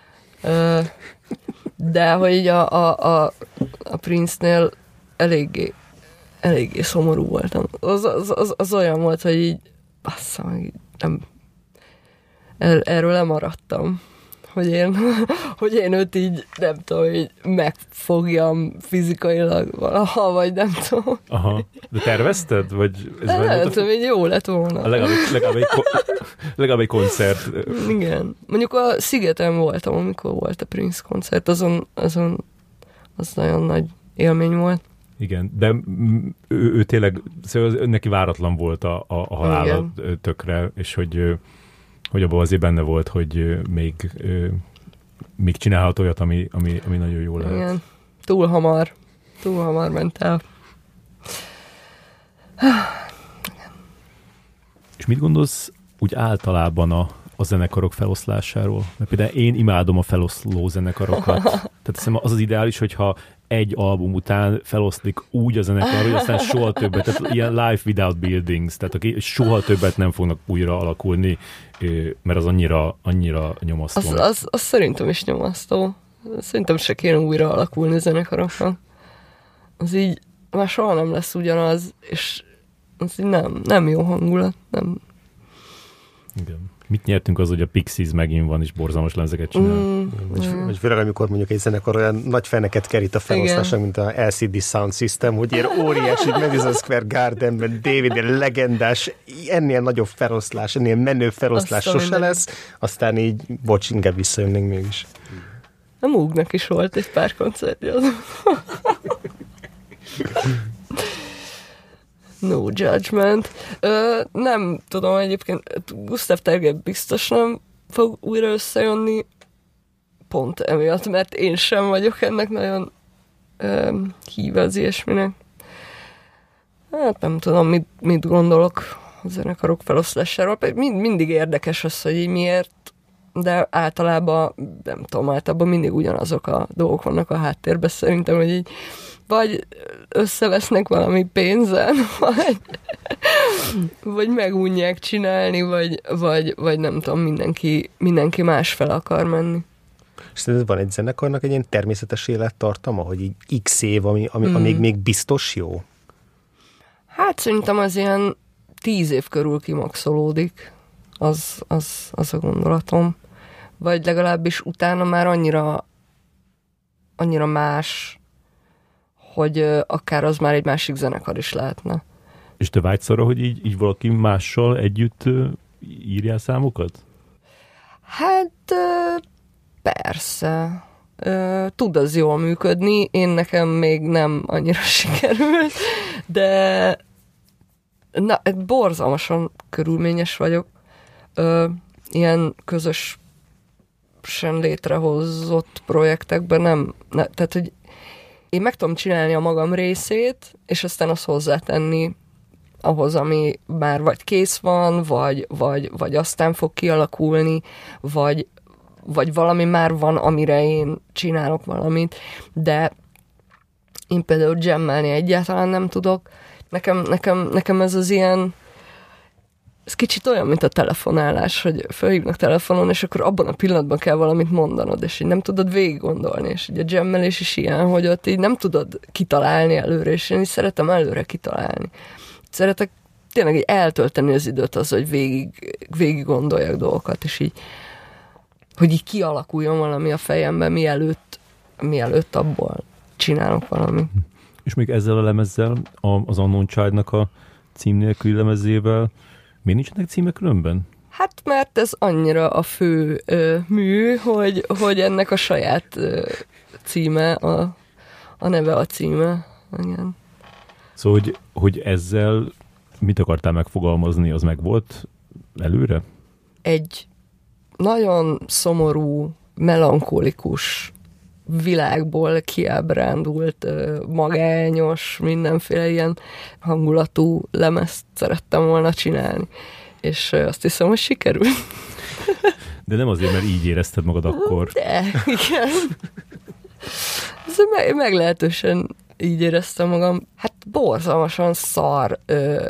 De hogy így a, a, a, a Prince-nél eléggé, eléggé szomorú voltam. Az, az, az, az olyan volt, hogy így bassza meg, nem, er, erről lemaradtam. Hogy én, hogy én őt így, nem tudom, így megfogjam fizikailag valaha, vagy nem tudom.
Aha. De tervezted? Vagy ez
nem tudom, így jó lett volna.
Legalább, legalább, egy, legalább egy koncert.
Igen. Mondjuk a Szigeten voltam, amikor volt a Prince koncert, azon, azon az nagyon nagy élmény volt.
Igen, de ő, ő tényleg, szóval neki váratlan volt a, a, a halála igen. tökre, és hogy hogy abban azért benne volt, hogy még, még csinálhat olyat, ami, ami, ami nagyon jó lehet.
Igen, túl hamar, túl hamar ment el.
És mit gondolsz úgy általában a, a zenekarok feloszlásáról? Mert például én imádom a feloszló zenekarokat. Tehát hiszem az az ideális, hogyha egy album után feloszlik úgy a zenekar, hogy aztán soha többet, tehát ilyen Life Without Buildings, tehát aki soha többet nem fognak újra alakulni, mert az annyira, annyira nyomasztó.
Az, az, az szerintem is nyomasztó. Szerintem se kéne újra alakulni zenekaroknak. Az így már soha nem lesz ugyanaz, és az így nem, nem jó hangulat. Nem.
Igen. Mit nyertünk az, hogy a Pixies megint van, és borzalmas lemezeket csinál? Mm,
vagy, mm. vagy főleg, amikor mondjuk egy zenekar olyan nagy feneket kerít a feloszlásnak, mint a el cé dé Sound System, hogy ilyen óriási Madison Square Gardenben David, ilyen legendás, ennél nagyobb feloszlás, ennél menő feloszlás Azt sose lesz, aztán így, bocs, inkább visszajönnénk mégis.
A Moognak is volt egy pár koncertje. No judgment. Ö, nem tudom, egyébként Gustav Terge biztos nem fog újra összejönni, pont emiatt, mert én sem vagyok ennek nagyon ö, híve az ilyesminek. Hát nem tudom, mit, mit gondolok a zenekarok feloszlásáról. Mind, mindig érdekes az, hogy így miért, de általában, nem tudom, általában mindig ugyanazok a dolgok vannak a háttérben szerintem, hogy így vagy összevesznek valami pénzen, vagy, vagy megunják csinálni, vagy, vagy, vagy nem tudom, mindenki, mindenki fel akar menni.
És szerinted van egy zenekarnak egy ilyen természetes élettartama, hogy így x év, ami, ami, hmm. amíg még biztos jó?
Hát szerintem az ilyen tíz év körül kimaxolódik, az, az, az a gondolatom. Vagy legalábbis utána már annyira, annyira más, hogy akár az már egy másik zenekar is lehetne.
És te vágysz arra, hogy így, így valaki mással együtt uh, írjál számokat?
Hát uh, persze. Uh, tud az jól működni, én nekem még nem annyira sikerült, de na, borzalmasan körülményes vagyok. Uh, ilyen közösen létrehozott projektekben nem, ne, tehát, hogy én meg tudom csinálni a magam részét, és aztán azt hozzátenni ahhoz, ami már vagy kész van, vagy, vagy, vagy aztán fog kialakulni, vagy, vagy valami már van, amire én csinálok valamit, de én például jammelni egyáltalán nem tudok. Nekem, nekem, nekem ez az ilyen, ez kicsit olyan, mint a telefonálás, hogy felhívnak telefonon, és akkor abban a pillanatban kell valamit mondanod, és így nem tudod végig gondolni, és így a jammelés is ilyen, hogy ott így nem tudod kitalálni előre, és én is szeretem előre kitalálni. Szeretek tényleg így eltölteni az időt az, hogy végig, végig gondoljak dolgokat, és így, hogy így kialakuljon valami a fejemben, mielőtt, mielőtt abból csinálok valamit.
És még ezzel a lemezzel, az Unknown Child-nak a cím nélküli lemezével miért nincsenek címek különben?
Hát mert ez annyira a fő ö, mű, hogy, hogy ennek a saját ö, címe, a, a neve a címe. Igen.
Szóval, hogy, hogy ezzel mit akartál megfogalmazni, az meg volt előre?
Egy nagyon szomorú, melankolikus világból kiábrándult, magányos, mindenféle ilyen hangulatú lemezt szerettem volna csinálni. És azt hiszem, hogy sikerült.
De nem azért, mert így érezted magad akkor.
De, igen. me- meglehetősen így éreztem magam. Hát borzalmasan szar ö,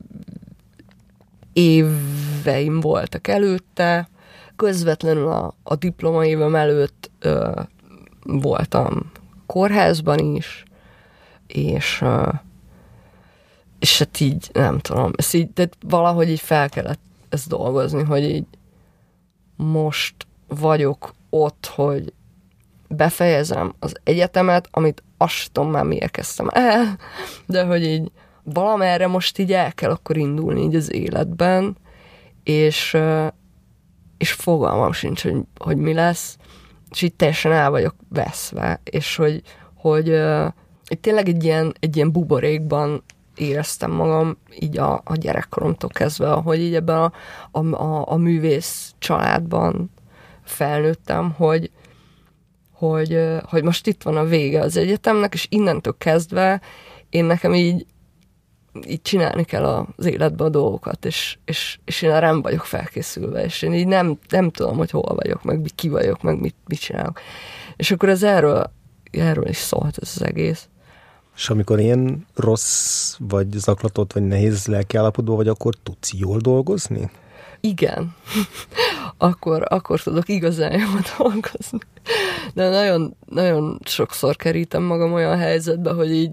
éveim voltak előtte, közvetlenül a, a diplomaévem előtt ö, voltam kórházban is, és, ö, és hát így, nem tudom, ezt így, de valahogy így fel kellett ezt dolgozni, hogy így most vagyok ott, hogy befejezem az egyetemet, amit azt tudom már miért kezdtem el, de hogy így valamerre most így el kell akkor indulni így az életben, és, és fogalmam sincs, hogy, hogy mi lesz, és így teljesen el vagyok veszve, és hogy, hogy uh, tényleg egy ilyen, egy ilyen buborékban éreztem magam így a, a gyerekkoromtól kezdve, ahogy így ebben a, a, a, a művész családban felnőttem, hogy, hogy, hogy most itt van a vége az egyetemnek, és innentől kezdve én nekem így, így csinálni kell az életben a dolgokat, és, és, és én erre nem vagyok felkészülve, és én így nem, nem tudom, hogy hol vagyok, meg ki vagyok, meg mit, mit csinálok. És akkor ez erről, erről is szólt ez az egész.
És amikor ilyen rossz, vagy zaklatott, vagy nehéz lelkiállapotban vagy, akkor tudsz jól dolgozni?
Igen. akkor, akkor tudok igazán jól dolgozni. De nagyon, nagyon sokszor kerítem magam olyan helyzetbe, hogy így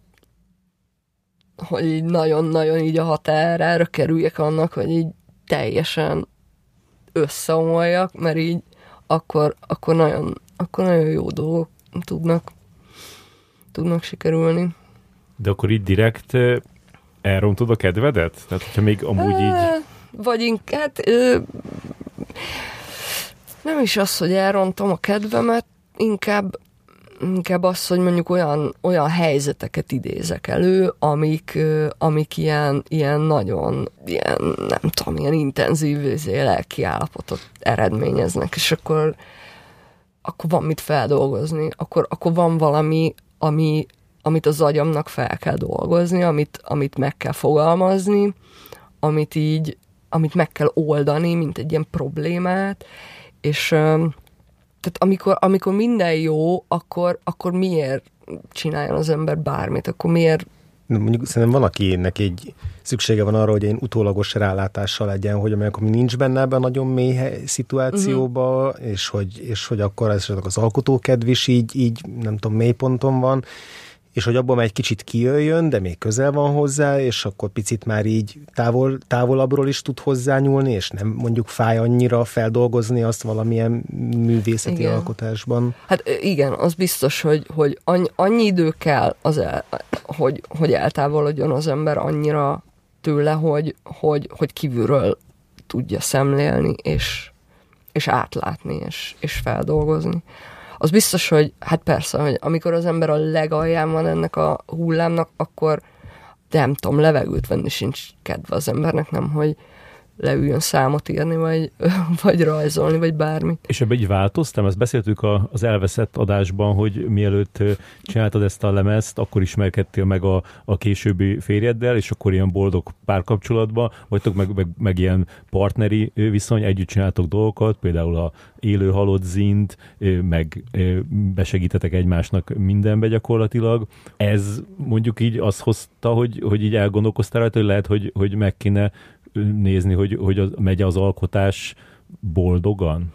hogy így nagyon-nagyon így a határára kerüljek annak, hogy így teljesen összeomoljak, mert így akkor, akkor, nagyon, akkor nagyon jó dolgok tudnak, tudnak sikerülni.
De akkor így direkt elrontod a kedvedet? Tehát, hogyha még amúgy így...
Vagy inkább... Ö, nem is az, hogy elrontom a kedvemet, inkább, inkább az, hogy mondjuk olyan, olyan helyzeteket idézek elő, amik, amik ilyen, ilyen nagyon, ilyen, nem tudom, ilyen intenzív lelki állapotot eredményeznek, és akkor, akkor van mit feldolgozni, akkor, akkor van valami, ami, amit az agyamnak fel kell dolgozni, amit, amit meg kell fogalmazni, amit így, amit meg kell oldani, mint egy ilyen problémát, és tehát amikor, amikor minden jó, akkor, akkor miért csináljon az ember bármit, akkor miért...
Mondjuk szerintem van, akinek egy szüksége van arra, hogy egy utólagos rálátással legyen, hogy amikor nincs benne ebben nagyon mély szituációba, uh-huh. és, hogy, és hogy akkor esetleg az alkotókedv is így, így, nem tudom, mélyponton van, és hogy abból már egy kicsit kijöjjön, de még közel van hozzá, és akkor picit már így távol, távolabbról is tud hozzányúlni, és nem mondjuk fáj annyira feldolgozni azt valamilyen művészeti igen. alkotásban.
Hát igen, az biztos, hogy, hogy annyi, annyi idő kell, az el, hogy, hogy eltávolodjon az ember annyira tőle, hogy, hogy, hogy kívülről tudja szemlélni, és, és átlátni, és, és feldolgozni. Az biztos, hogy hát persze, hogy amikor az ember a legalján van ennek a hullámnak, akkor nem tudom, levegőt venni sincs kedve az embernek, nem, hogy leüljön számot írni, vagy, vagy rajzolni, vagy bármi.
És ebben így változtam? Ezt beszéltük a, az elveszett adásban, hogy mielőtt csináltad ezt a lemezt, akkor ismerkedtél meg a, a későbbi férjeddel, és akkor ilyen boldog párkapcsolatban vagytok, meg, meg, meg ilyen partneri viszony, együtt csináltok dolgokat, például a élő halott zint, meg besegítetek egymásnak mindenbe gyakorlatilag. Ez mondjuk így azt hozta, hogy, hogy így elgondolkoztál rajta, hogy lehet, hogy, hogy meg kéne nézni, hogy, hogy az, megy az alkotás boldogan?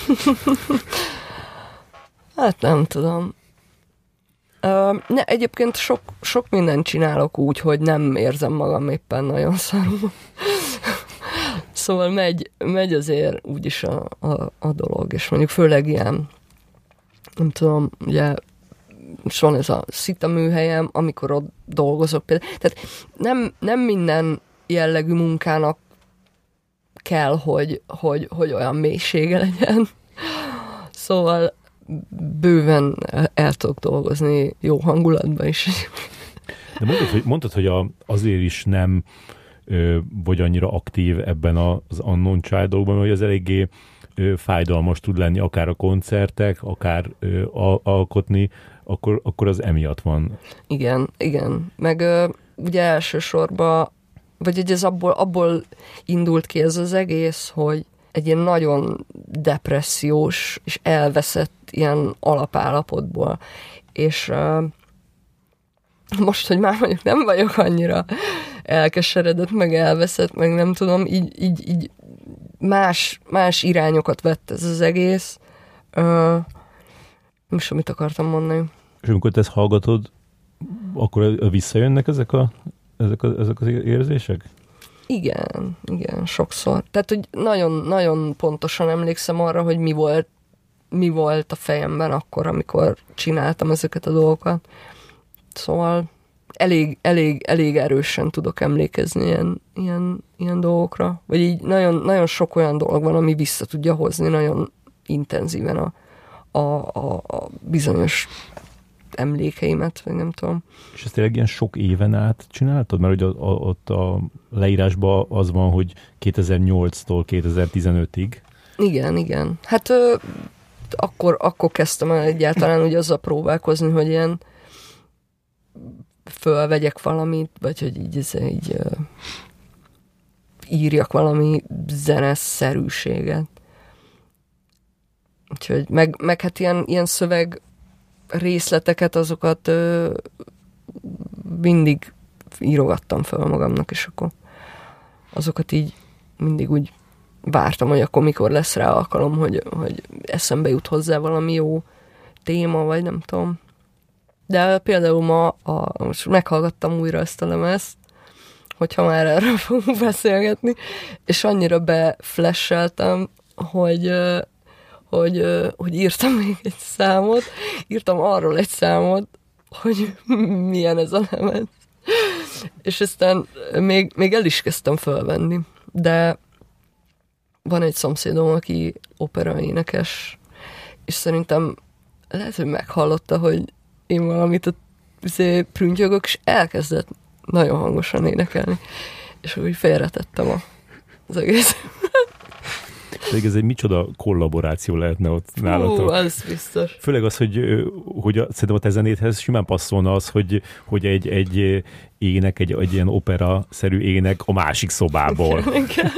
Hát nem tudom. Uh, ne, egyébként sok, sok mindent csinálok úgy, hogy nem érzem magam éppen nagyon szarul. Szóval megy, megy azért úgyis a, a, a dolog, és mondjuk főleg ilyen, nem tudom, ugye és van ez a szita műhelyem, amikor ott dolgozok például. Tehát nem, nem minden jellegű munkának kell, hogy, hogy, hogy olyan mélysége legyen. Szóval bőven el, el tudok dolgozni jó hangulatban is.
De mondtad, hogy, mondtad, hogy a, azért is nem ö, vagy annyira aktív ebben az Unknown Child dolgban, hogy az eléggé ö, fájdalmas tud lenni, akár a koncertek, akár ö, a, alkotni, akkor, akkor az emiatt van.
Igen, igen. Meg ö, ugye elsősorban vagy hogy ez abból, abból indult ki ez az egész, hogy egy ilyen nagyon depressziós és elveszett ilyen alapállapotból. És uh, most, hogy már mondjuk nem vagyok annyira elkeseredett, meg elveszett, meg nem tudom, így, így, így más, más irányokat vett ez az egész. Uh, nem is, mit akartam mondani.
És amikor te ezt hallgatod, akkor visszajönnek ezek, a, ezek, a, ezek az érzések?
Igen, igen, sokszor. Tehát, hogy nagyon, nagyon pontosan emlékszem arra, hogy mi volt, mi volt a fejemben akkor, amikor csináltam ezeket a dolgokat. Szóval elég, elég, elég erősen tudok emlékezni ilyen, ilyen, ilyen dolgokra. Vagy így nagyon, nagyon sok olyan dolog van, ami vissza tudja hozni nagyon intenzíven a, a, a, a bizonyos emlékeimet, vagy nem tudom.
És ezt tényleg ilyen sok éven át csináltad? Mert ugye ott a leírásban az van, hogy kétezer-nyolctól kétezer-tizenötig.
Igen, igen. Hát ö, akkor, akkor kezdtem el egyáltalán ugye azzal próbálkozni, hogy ilyen fölvegyek valamit, vagy hogy így, ez, így ö, írjak valami zeneszerűséget. Úgyhogy meg, meg hát ilyen, ilyen szöveg részleteket, azokat ö, mindig írogattam fel magamnak, és akkor azokat így mindig úgy vártam, hogy akkor mikor lesz rá alkalom, hogy, hogy eszembe jut hozzá valami jó téma, vagy nem tudom. De például ma a, most meghallgattam újra ezt a lemezt, hogyha már erről fogunk beszélgetni, és annyira beflasheltem, hogy Hogy, hogy írtam még egy számot, írtam arról egy számot, hogy milyen ez a lemez. És aztán még, még el is kezdtem felvenni. De van egy szomszédom, aki operaénekes, és szerintem lehet, hogy meghallotta, hogy én valamit prüntjögök, és elkezdett nagyon hangosan énekelni. És úgy félretettem az egész.
Pedig ez egy micsoda kollaboráció lehetne ott nálatok.
Hú, az biztos.
Főleg az, hogy, hogy a, szerintem a te zenéthez simán passzolna az, hogy, hogy egy, egy ének, egy, egy ilyen opera-szerű ének a másik szobából.
Igen.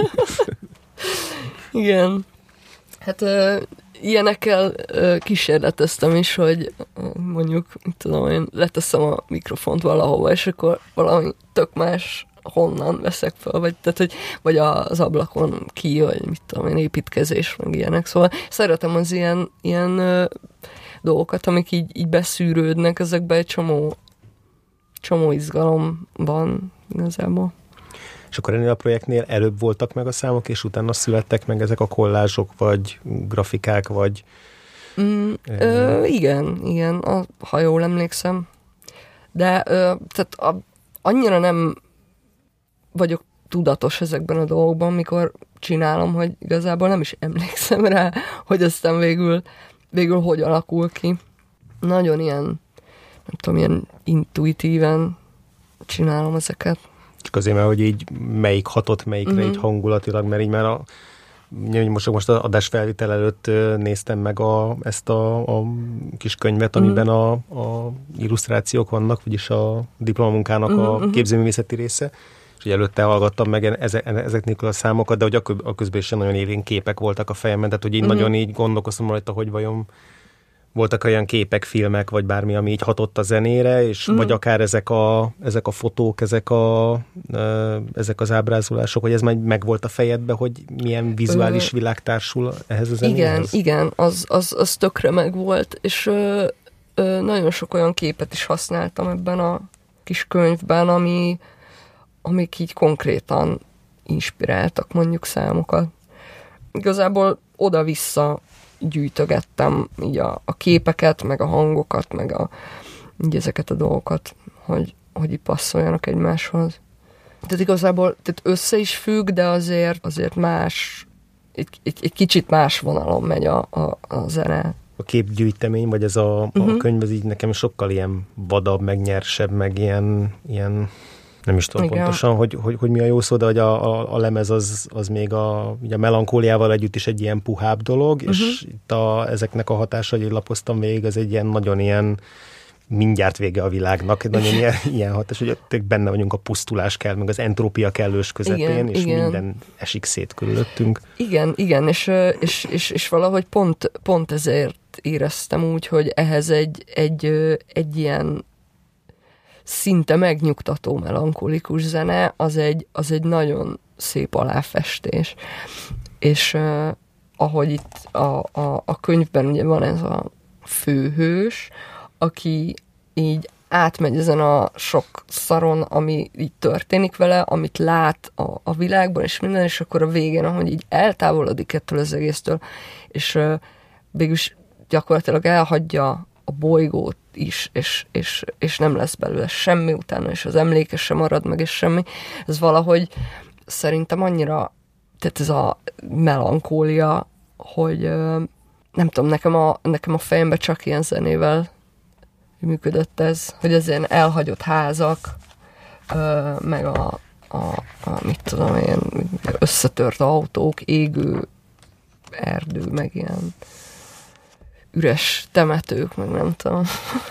Igen. Hát uh, ilyenekkel uh, kísérleteztem is, hogy uh, mondjuk, mit tudom én, leteszem a mikrofont valahova, és akkor valami tök más honnan veszek fel, vagy, tehát, hogy, vagy az ablakon ki, vagy mit tudom én, építkezés, meg ilyenek. Szóval szeretem az ilyen, ilyen ö, dolgokat, amik így, így beszűrődnek, ezekben egy csomó, csomó izgalom van igazából.
És akkor ennél a projektnél előbb voltak meg a számok, és utána születtek meg ezek a kollázsok, vagy grafikák, vagy...
Mm, ö, igen, igen, a, ha jól emlékszem. De ö, tehát a, annyira nem vagyok tudatos ezekben a dolgokban, mikor csinálom, hogy igazából nem is emlékszem rá, hogy aztán végül, végül hogy alakul ki. Nagyon ilyen, nem tudom, ilyen intuitíven csinálom ezeket.
Csak azért, mert hogy így melyik hatott melyikre uh-huh. így hangulatilag, mert így már a most, most az adásfelvétel előtt néztem meg a, ezt a, a kis könyvet, amiben uh-huh. a, a illusztrációk vannak, vagyis a diplomamunkának uh-huh. a képzőművészeti része, és ugye előtte hallgattam meg ezeknél a számokat, de hogy a közben is nagyon élén képek voltak a fejemben, tehát hogy így uh-huh. nagyon így gondolkoztam rajta, hogy vajon voltak olyan képek, filmek, vagy bármi, ami így hatott a zenére, és uh-huh. vagy akár ezek a, ezek a fotók, ezek, a, ezek az ábrázolások, hogy ez már megvolt a fejedbe, hogy milyen vizuális világ társul ehhez a zenéhez?
Igen, igen, az, az, az tökre megvolt, és ö, ö, nagyon sok olyan képet is használtam ebben a kis könyvben, ami amik így konkrétan inspiráltak mondjuk számokat. Igazából oda-vissza gyűjtögettem így a, a képeket, meg a hangokat, meg a, így ezeket a dolgokat, hogy, hogy így passzoljanak egymáshoz. Tehát igazából tehát össze is függ, de azért, azért más, egy, egy, egy kicsit más vonalon megy a, a, a zene.
A képgyűjtemény, vagy ez a, uh-huh. a könyv, ez így nekem sokkal ilyen vadabb, meg nyersebb, meg ilyen, ilyen nem is tudom igen. pontosan, hogy, hogy, hogy mi a jó szó, de hogy a, a, a lemez az, az még a, ugye a melankóliával együtt is egy ilyen puhább dolog, uh-huh. és itt a, ezeknek a hatása, hogy lapoztam végig, az egy ilyen nagyon ilyen mindjárt vége a világnak, nagyon ilyen, ilyen hatás, hogy benne vagyunk a pusztulás kell, meg az entrópia kellős közepén, igen, és igen. minden esik szét körülöttünk.
Igen, igen, és, és, és, és valahogy pont, pont ezért éreztem úgy, hogy ehhez egy, egy, egy ilyen szinte megnyugtató melankolikus zene, az egy, az egy nagyon szép aláfestés. És uh, ahogy itt a, a, a könyvben ugye van ez a főhős, aki így átmegy ezen a sok szaron, ami így történik vele, amit lát a, a világban, és minden, és akkor a végén, ahogy így eltávolodik ettől az egésztől, és uh, végülis gyakorlatilag elhagyja a bolygót is, és, és, és nem lesz belőle semmi utána, és az emléke sem marad meg, és semmi. Ez valahogy szerintem annyira, tehát ez a melankólia, hogy uh, nem tudom, nekem a, nekem a fejemben csak ilyen zenével működött ez, hogy az ilyen elhagyott házak, uh, meg a, a, a mit tudom én, összetört autók, égő erdő, meg ilyen üres temetők, meg nem tudom.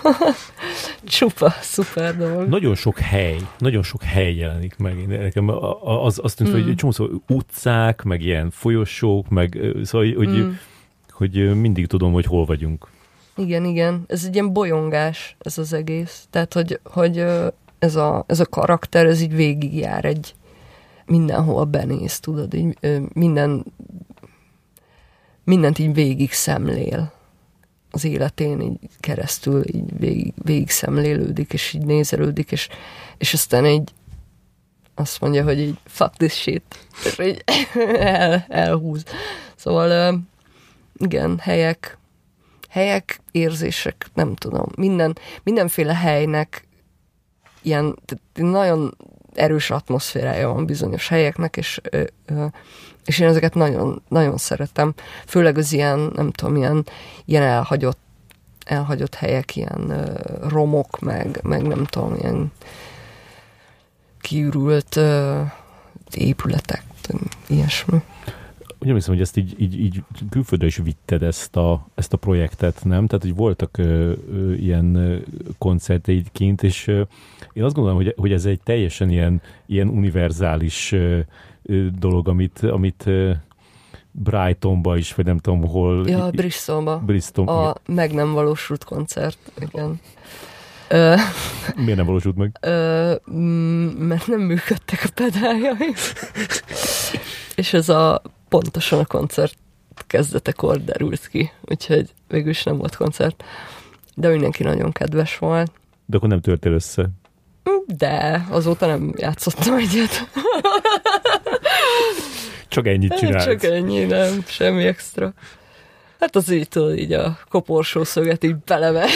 Csupa, szuper dolog.
Nagyon sok hely, nagyon sok hely jelenik meg. Nekem az, azt tűnt, mm. hogy csomószor utcák, meg ilyen folyosók, meg szóval, hogy, mm. hogy mindig tudom, hogy hol vagyunk.
Igen, igen. Ez egy ilyen bolyongás, ez az egész. Tehát, hogy, hogy ez, a, ez a karakter, ez így végigjár egy mindenhol benéz, tudod, így minden mindent így végig szemlél. Az életén így keresztül így végig, végig szemlélődik, és így nézelődik, és, és aztán így azt mondja, hogy így fuck this shit, és így el, elhúz. Szóval igen, helyek, helyek, érzések, nem tudom, minden, mindenféle helynek ilyen nagyon erős atmoszférája van bizonyos helyeknek, és, és én ezeket nagyon, nagyon szeretem. Főleg az ilyen, nem tudom, ilyen, ilyen elhagyott, elhagyott helyek, ilyen romok, meg, meg nem tudom, ilyen kiürült épületek, ilyesmi.
Úgy hiszem, hogy ezt így, így, így külföldre is vitted ezt a, ezt a projektet, nem? Tehát, hogy voltak ö, ö, ilyen koncerteid kint, és ö, én azt gondolom, hogy, hogy ez egy teljesen ilyen, ilyen univerzális ö, ö, dolog, amit, amit ö, Brightonba is, vagy nem tudom hol.
Ja, Bristolba.
Bristol,
a
igen.
meg nem valósult koncert, igen.
Miért nem valósult meg?
Ö, mert nem működtek a pedáljaim. És ez a pontosan a koncert kezdetekor derült ki, úgyhogy végül is nem volt koncert. De mindenki nagyon kedves volt.
De akkor nem törtél össze?
De, azóta nem játszottam egyet.
Csak ennyit csinálsz?
Csak ennyi, nem, semmi extra. Hát az így tudod, így a koporsószöget így belevert.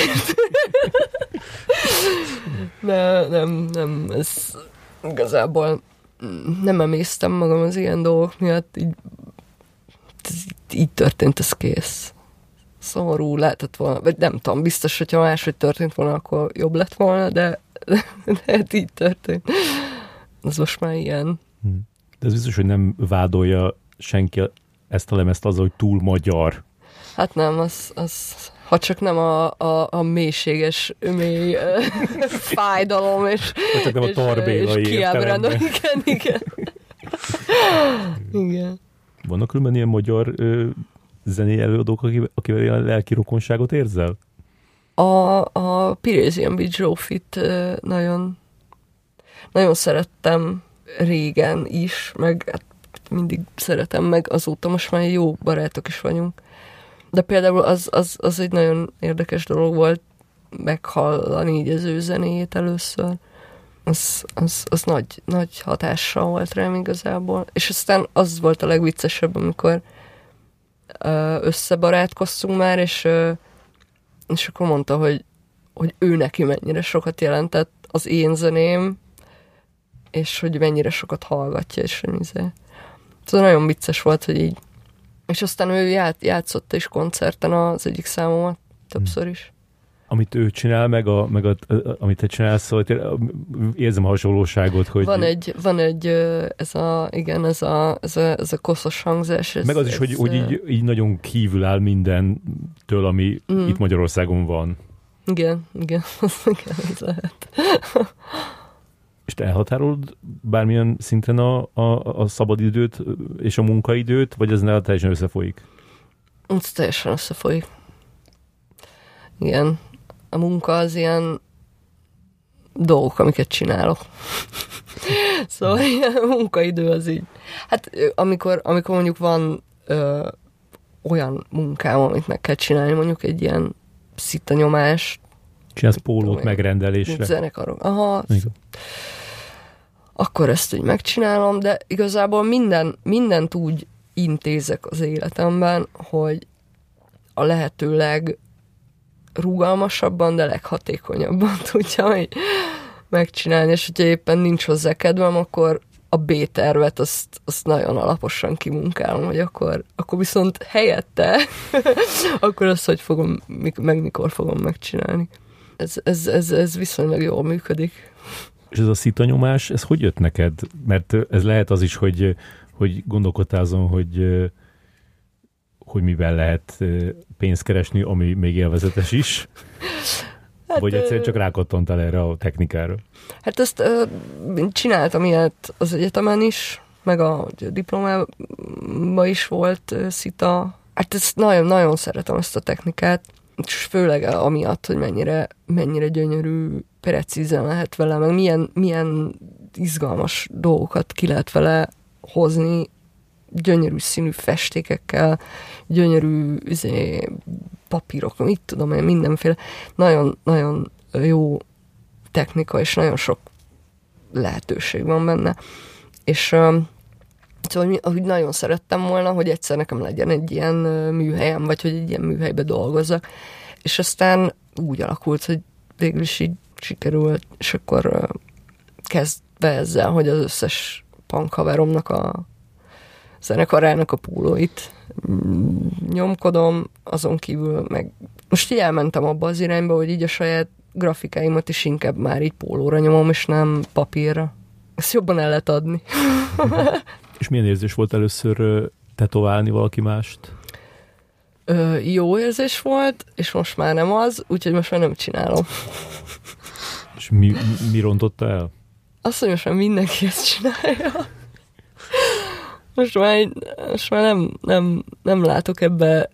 De nem, nem, ez igazából nem emésztem magam az ilyen dolgok miatt, így, így történt, ez kész. Szomorú lehetett volna, vagy nem tudom, biztos, hogyha máshogy történt volna, akkor jobb lett volna, de, de, de hát így történt. Ez most már ilyen.
De ez biztos, hogy nem vádolja senki ezt a lemezt azzal, hogy túl magyar.
Hát nem, az, az ha csak nem a, a, a mélységes, mély fájdalom, és,
nem
és,
a
és kiábrándul. Igen, igen. Igen.
Vannak különben ilyen magyar ö, zené előadók, akivel ilyen lelki rokonságot érzel?
A, a Pirésian Beach Zsófit nagyon, nagyon szerettem régen is, meg hát mindig szeretem, meg azóta most már jó barátok is vagyunk. De például az, az, az egy nagyon érdekes dolog volt meghallani így az ő zenéjét először. Az, az, az nagy, nagy hatással volt rám igazából. És aztán az volt a legviccesebb, amikor összebarátkoztunk már, és, és akkor mondta, hogy, hogy ő neki mennyire sokat jelentett az én zeném, és hogy mennyire sokat hallgatja, és hogy izé. Szóval nagyon vicces volt, hogy így. És aztán ő ját, játszott is koncerten az egyik számomat, többször is.
Amit ő csinál, meg, a, meg a, amit te csinálsz, szóval érzem a hasonlóságot, hogy...
Van egy, van egy ez a, igen, ez a, ez a, ez a koszos hangzás. Ez,
meg az is,
ez,
hogy, hogy így, így nagyon kívül áll mindentől, ami mm. itt Magyarországon van.
Igen, igen, igen, ez lehet.
És te elhatárolod bármilyen szinten a, a, a szabadidőt és a munkaidőt, vagy ez ne teljesen összefolyik?
Ez teljesen összefolyik. Igen, a munka az ilyen dolgok, amiket csinálok. Szóval ilyen munkaidő az így. Hát amikor, amikor mondjuk van ö, olyan munkám, amit meg kell csinálni, mondjuk egy ilyen szitanyomás.
Csinálsz pólót megrendelésre.
Zenekarok. Aha. Akkor ezt úgy megcsinálom, de igazából minden, mindent úgy intézek az életemben, hogy a lehető legrugalmasabban, de leghatékonyabban tudjam megcsinálni, és hogyha éppen nincs hozzá kedvem, akkor a B-tervet azt, azt nagyon alaposan kimunkálom, hogy akkor, akkor viszont helyette, akkor azt, hogy fogom, meg mikor fogom megcsinálni. Ez, ez, ez, ez viszonylag jól működik.
És ez a szitanyomás, ez hogy jött neked? Mert ez lehet az is, hogy, hogy gondolkodtál azon, hogy, hogy mivel lehet pénzt keresni, ami még élvezetes is. Hát, vagy egyszerűen csak rákattantál erre a technikára?
Hát ezt ö, csináltam ilyet az egyetemen is, meg a diplomában is volt ö, szita. Hát ezt nagyon, nagyon szeretem, ezt a technikát, és főleg amiatt, hogy mennyire, mennyire gyönyörű, precízen lehet vele, meg milyen, milyen izgalmas dolgokat ki lehet vele hozni, gyönyörű színű festékekkel, gyönyörű izé, papírok, mit tudom én, mindenféle. Nagyon, nagyon jó technika, és nagyon sok lehetőség van benne. És um, szóval ahogy nagyon szerettem volna, hogy egyszer nekem legyen egy ilyen műhelyem, vagy hogy egy ilyen műhelybe dolgozzak. És aztán úgy alakult, hogy végül is így sikerült, és akkor uh, kezdve ezzel, hogy az összes punk haveromnak a zenekarának a pólóit nyomkodom, azon kívül meg most így elmentem abba az irányba, hogy így a saját grafikáimat is inkább már így pólóra nyomom, és nem papírra. Ezt jobban el lehet adni.
És milyen érzés volt először tetoválni valaki mást?
Ö, jó érzés volt, és most már nem az, úgyhogy most már nem csinálom.
És mi, mi rontotta el?
Azt, hogy most már mindenki ezt csinálja. Most már, most már nem, nem, nem látok ebbe,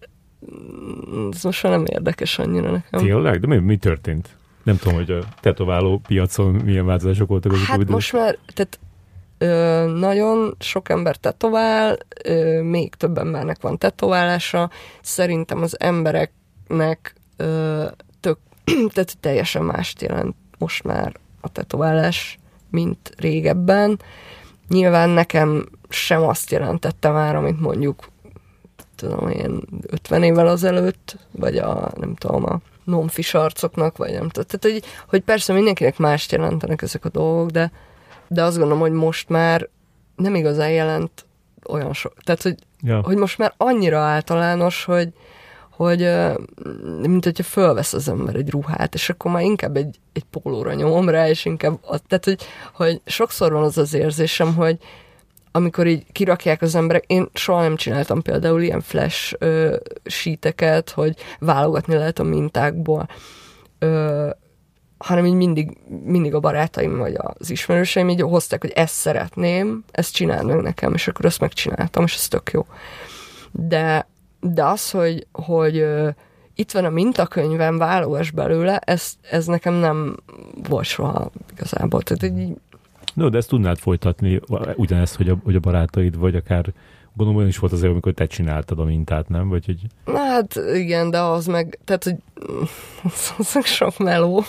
ez most már nem érdekes annyira nekem.
Tényleg? De mi, mi történt? Nem tudom, hogy a tetováló piacon milyen változások voltak. Az
hát most már, tehát ö, nagyon sok ember tetovál, ö, még több embernek van tetoválása. Szerintem az embereknek ö, tök, tehát teljesen mást jelent most már a tetoválás, mint régebben. Nyilván nekem sem azt jelentette már, amit mondjuk tudom én ötven évvel azelőtt, vagy a nem tudom, a non-fish arcoknak, vagy nem tudom. Tehát, hogy, hogy persze mindenkinek mást jelentenek ezek a dolgok, de, de azt gondolom, hogy most már nem igazán jelent olyan sok. Tehát, hogy, ja. hogy most már annyira általános, hogy, hogy mint hogyha fölvesz az ember egy ruhát, és akkor már inkább egy, egy pólóra nyomom rá, és inkább, az, tehát, hogy, hogy sokszor van az az érzésem, hogy amikor így kirakják az emberek, én soha nem csináltam például ilyen flash ö, sheeteket, hogy válogatni lehet a mintákból, ö, hanem így mindig, mindig a barátaim vagy az ismerőseim így hozták, hogy ezt szeretném, ezt csináld meg nekem, és akkor ezt megcsináltam, és ez tök jó. De, de az, hogy, hogy ö, itt van a mintakönyvem, válogass belőle, ez, ez nekem nem volt soha igazából. Tehát így
no, de ezt tudnád folytatni, ugyanezt, hogy a, hogy a barátaid, vagy akár gondolom olyan is volt azért, amikor te csináltad a mintát, nem? Vagy hogy...
Na hát igen, de az meg, tehát, hogy az meg sok meló.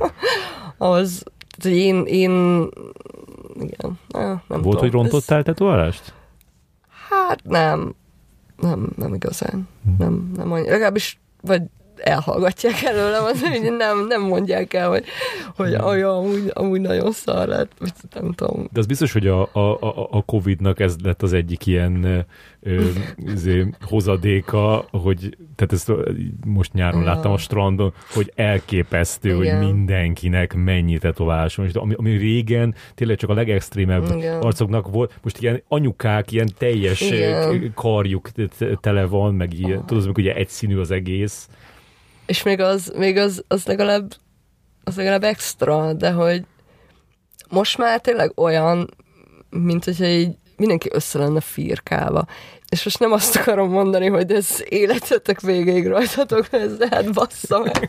az, tehát, hogy én, én igen, nem, nem
volt,
tudom.
hogy rontottál tetoválást?
Hát nem, nem, nem igazán. Hmm. Nem, nem annyira. Legalábbis, vagy elhallgatják előlem, az, hogy nem, nem mondják el, hogy, hogy aj, amúgy, amúgy nagyon szar lett, nem tudom.
De az biztos, hogy a, a, a Covidnak ez lett az egyik ilyen ö, izé, hozadéka, hogy tehát ezt most nyáron ja. láttam a strandon, hogy elképesztő, igen. hogy mindenkinek mennyi tetoválás van. Ami, ami régen tényleg csak a legextrémebb igen. arcoknak volt, most ilyen anyukák, ilyen teljes igen. karjuk tele van, meg ilyen, oh. tudod, amikor ugye egyszínű az egész.
és még az, még az, az legalább az legalább extra, de hogy most már tényleg olyan, mint hogyha így mindenki össze lenne firkálva. És most nem azt akarom mondani, hogy ez életetek végéig rajtatok lesz, de hát bassza meg.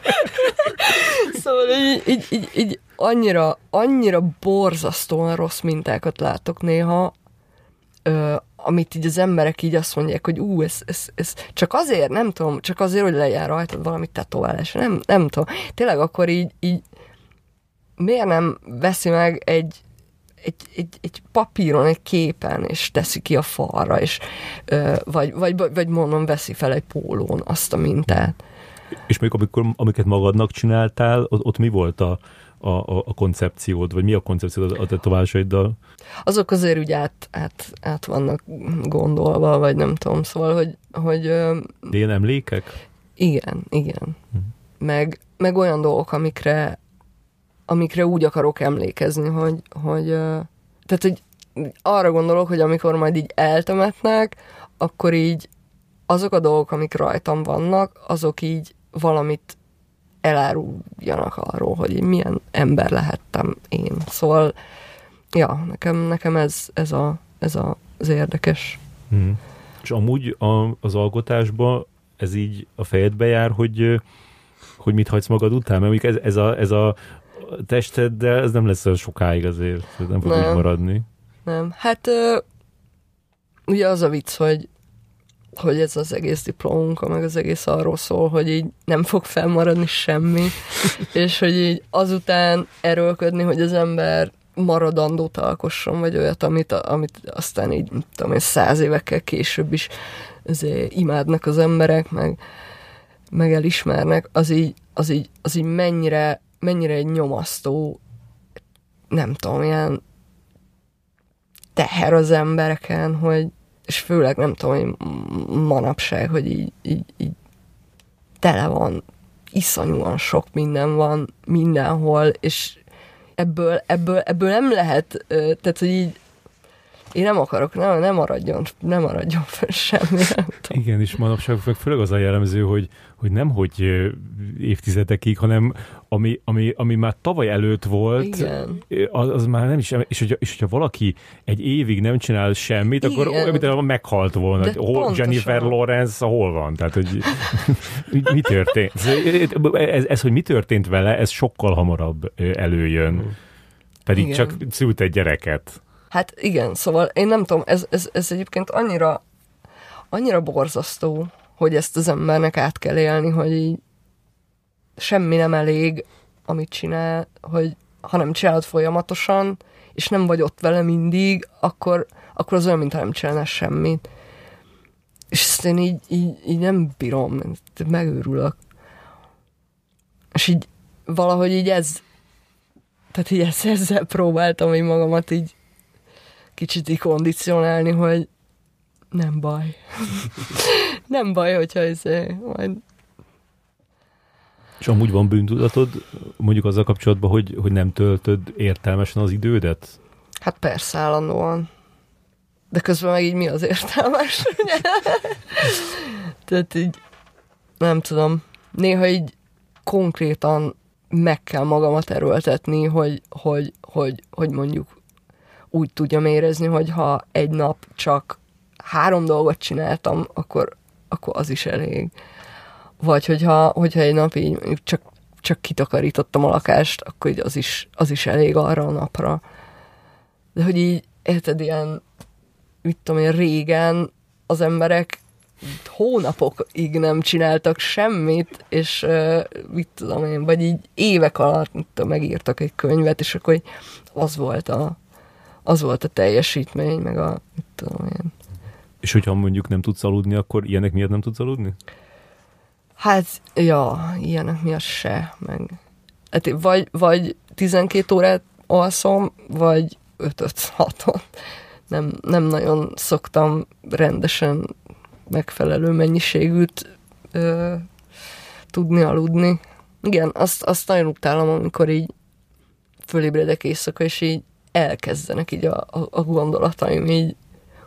Szóval így, így, így, így annyira, annyira borzasztóan rossz mintákat látok néha, ö, amit így az emberek így azt mondják, hogy ú, ez, ez, ez csak azért, nem tudom, csak azért, hogy legyen rajtad valami tetoválás. Nem, nem tudom. Tényleg akkor így, így miért nem veszi meg egy Egy, egy, egy papíron, egy képen, és teszi ki a falra, és, ö, vagy, vagy, vagy mondom, veszi fel egy pólón azt a mintát.
És még amikor, amiket magadnak csináltál, ott, ott mi volt a, a, a koncepciód, vagy mi a koncepciód a tetoválásaiddal?
Azok azért úgy át, át, át vannak gondolva, vagy nem tudom, szóval, hogy... hogy
De ilyen emlékek?
Igen, igen. Hm. Meg, meg olyan dolgok, amikre amikre úgy akarok emlékezni, hogy, hogy tehát, hogy arra gondolok, hogy amikor majd így eltemetnek, akkor így azok a dolgok, amik rajtam vannak, azok így valamit eláruljanak arról, hogy én milyen ember lehettem én. Szóval, ja, nekem, nekem ez, ez, a, ez a, az érdekes.
Hmm. És amúgy a, az alkotásban ez így a fejedbe jár, hogy, hogy mit hagysz magad után? Mert ez, ez a, ez a tested, de ez nem lesz sokáig azért, nem fog nem. így maradni.
Nem. Hát ö, ugye az a vicc, hogy, hogy ez az egész diplomunka, meg az egész arról szól, hogy így nem fog felmaradni semmi, és hogy így azután erőlködni, hogy az ember maradandót alkosson, vagy olyat, amit, amit aztán így, tudom én, száz évekkel később is azért imádnak az emberek, meg, meg elismernek, az így, az így, az így mennyire mennyire egy nyomasztó, nem tudom, ilyen teher az embereken, hogy, és főleg nem tudom, manapság, hogy így, így, így tele van, iszonyúan sok minden van mindenhol, és ebből, ebből, ebből nem lehet, tehát, hogy így én nem akarok, nem, nem maradjon, nem maradjon fel semmi.
Igen, és manapság főleg az a jellemző, hogy, hogy nem hogy évtizedekig, hanem ami, ami, ami már tavaly előtt volt, az, az már nem is, és hogyha, és hogyha valaki egy évig nem csinál semmit, igen, akkor olyan, mint meghalt volna. Hol, Jennifer Lawrence hol van? Tehát, hogy mi történt? Ez, ez, hogy mi történt vele, ez sokkal hamarabb előjön. Pedig igen. Csak szült egy gyereket.
Hát igen, szóval én nem tudom, ez, ez, ez egyébként annyira, annyira borzasztó, hogy ezt az embernek át kell élni, hogy így semmi nem elég, amit csinál, hogy ha nem csinálod folyamatosan, és nem vagy ott vele mindig, akkor, akkor az olyan, mintha nem csinálnál semmit. És ezt én így, így, így nem bírom, megőrülök. És így valahogy így ez, tehát így ezzel próbáltam így magamat így kicsit így kondicionálni, hogy nem baj. Nem baj, hogyha ez majd...
És amúgy van bűntudatod, mondjuk azzal kapcsolatban, hogy, hogy nem töltöd értelmesen az idődet?
Hát persze, állandóan. De közben meg így mi az értelmes? Tehát így, nem tudom, néha így konkrétan meg kell magamat erőltetni, hogy, hogy, hogy, hogy mondjuk úgy tudjam érezni, hogy ha egy nap csak három dolgot csináltam, akkor, akkor az is elég. Vagy hogyha, hogyha egy nap így csak, csak kitakarítottam a lakást, akkor így az is, az is elég arra a napra. De hogy így, érted, ilyen, mit tudom én, régen az emberek hónapokig nem csináltak semmit, és uh, mit tudom én, vagy így évek alatt mit tudom, megírtak egy könyvet, és akkor az volt a az volt a teljesítmény, meg a, mit tudom én.
És hogyha mondjuk nem tudsz aludni, akkor ilyenek miatt nem tudsz aludni?
Hát, ja, ilyenek miatt se, meg... Hát, vagy, vagy tizenkét órát alszom, vagy ötöt-hatot. Nem, nem nagyon szoktam rendesen megfelelő mennyiségűt ö, tudni aludni. Igen, azt, azt nagyon utálom, amikor így fölébredek éjszaka, és így elkezdenek így a, a, a gondolataim így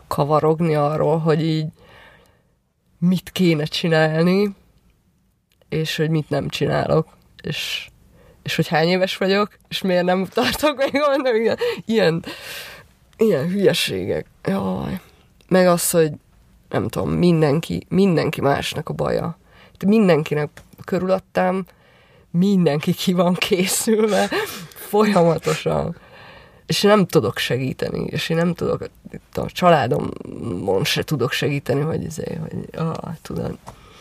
kavarogni arról, hogy így mit kéne csinálni, és hogy mit nem csinálok, és, és hogy hány éves vagyok, és miért nem tartok még mondom, ilyen, ilyen, ilyen hülyeségek. Jaj. Meg az, hogy nem tudom, mindenki, mindenki másnak a baja. Mindenkinek körülöttem, mindenki ki van készülve, folyamatosan. És én nem tudok segíteni, és én nem tudok, a családomon se tudok segíteni, hogy ezért, hogy ah, tudod.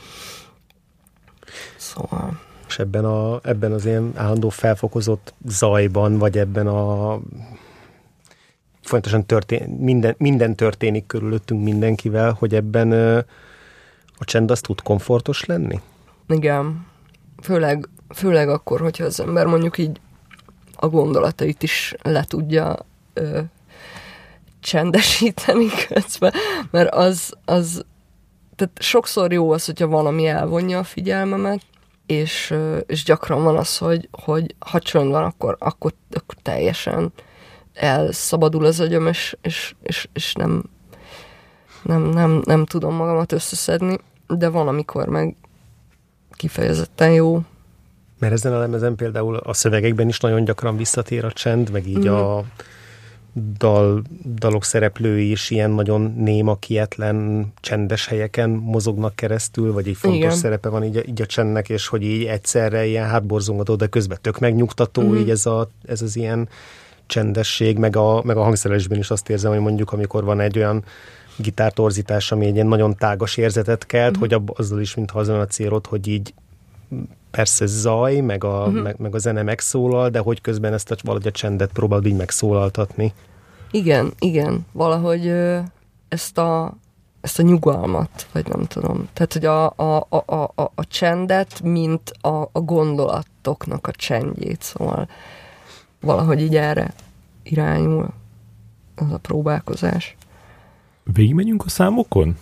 Szóval...
És ebben, a, ebben az ilyen állandó felfokozott zajban, vagy ebben a folyamatosan történ, minden, minden történik körülöttünk mindenkivel, hogy ebben a csend az tud komfortos lenni?
Igen. Főleg, főleg akkor, hogyha az ember mondjuk így a gondolatait is le tudja ö, csendesíteni közben, mert az, az tehát sokszor jó az, hogyha valami elvonja a figyelmemet, és, ö, és gyakran van az, hogy, hogy ha csönd van, akkor, akkor, akkor teljesen elszabadul az agyam, és, és, és, és nem, nem, nem, nem tudom magamat összeszedni, de van, amikor meg kifejezetten jó.
Mert ezen a lemezen például a szövegekben is nagyon gyakran visszatér a csend, meg így mm. a dal, dalok szereplői is ilyen nagyon néma, kietlen, csendes helyeken mozognak keresztül, vagy így fontos Igen. szerepe van így a, így a csendnek, és hogy így egyszerre ilyen hátborzongató, de közben tök megnyugtató, mm. így ez, a, ez az ilyen csendesség, meg a, meg a hangszerelésben is azt érzem, hogy mondjuk amikor van egy olyan gitártorzítás, ami egy ilyen nagyon tágas érzetet kelt, mm. hogy ab, azzal is, mintha azon a célod, hogy így persze zaj, meg a, uh-huh. meg, meg a zene megszólal, de hogy közben ezt a, valahogy a csendet próbálod így megszólaltatni. Igen,
igen. Valahogy ö, ezt, a, ezt a nyugalmat, vagy nem tudom. Tehát, hogy a, a, a, a, a csendet, mint a, a gondolatoknak a csendjét, szóval valahogy így erre irányul az a próbálkozás.
Végigmegyünk a számokon?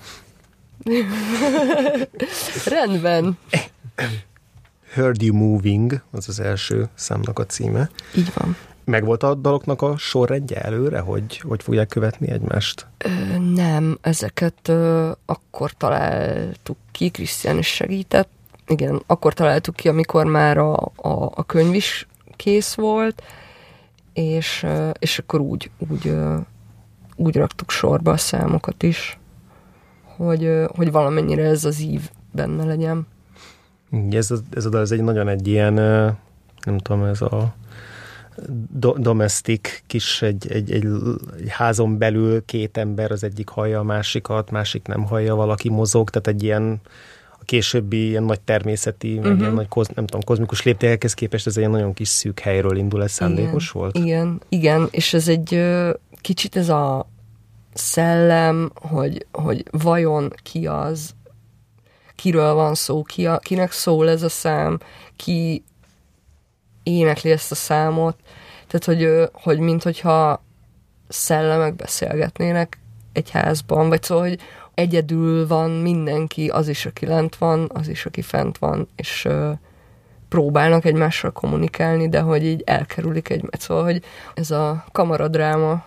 Rendben.
Heard You Moving, az az első számnak a címe.
Így van.
Megvolt a daloknak a sorrendje előre, hogy hogy fogják követni egymást?
Ö, nem, ezeket ö, akkor találtuk ki, Krisztián is segített. Igen, akkor találtuk ki, amikor már a, a, a könyv is kész volt, és, ö, és akkor úgy, úgy, ö, úgy raktuk sorba a számokat is, hogy, ö, hogy valamennyire ez az ív benne legyen.
Ez a, ez a dal, ez egy nagyon egy ilyen, nem tudom, ez a do, domestic kis, egy, egy, egy, egy házon belül két ember, az egyik hallja a másikat, másik nem hallja, valaki mozog, tehát egy ilyen a későbbi ilyen nagy természeti, uh-huh. meg ilyen nagy, koz, nem tudom, kozmikus léptékekhez képest ez egy ilyen nagyon kis szűk helyről indul, ez szándékos volt?
Igen, igen, és ez egy kicsit ez a szellem, hogy, hogy vajon ki az, kiről van szó, ki a, kinek szól ez a szám, ki énekli ezt a számot. Tehát, hogy, hogy minthogyha szellemek beszélgetnének egy házban, vagy szóval, hogy egyedül van mindenki, az is, aki lent van, az is, aki fent van, és uh, próbálnak egymással kommunikálni, de hogy így elkerülik egymást. Szóval, hogy ez a kamaradráma,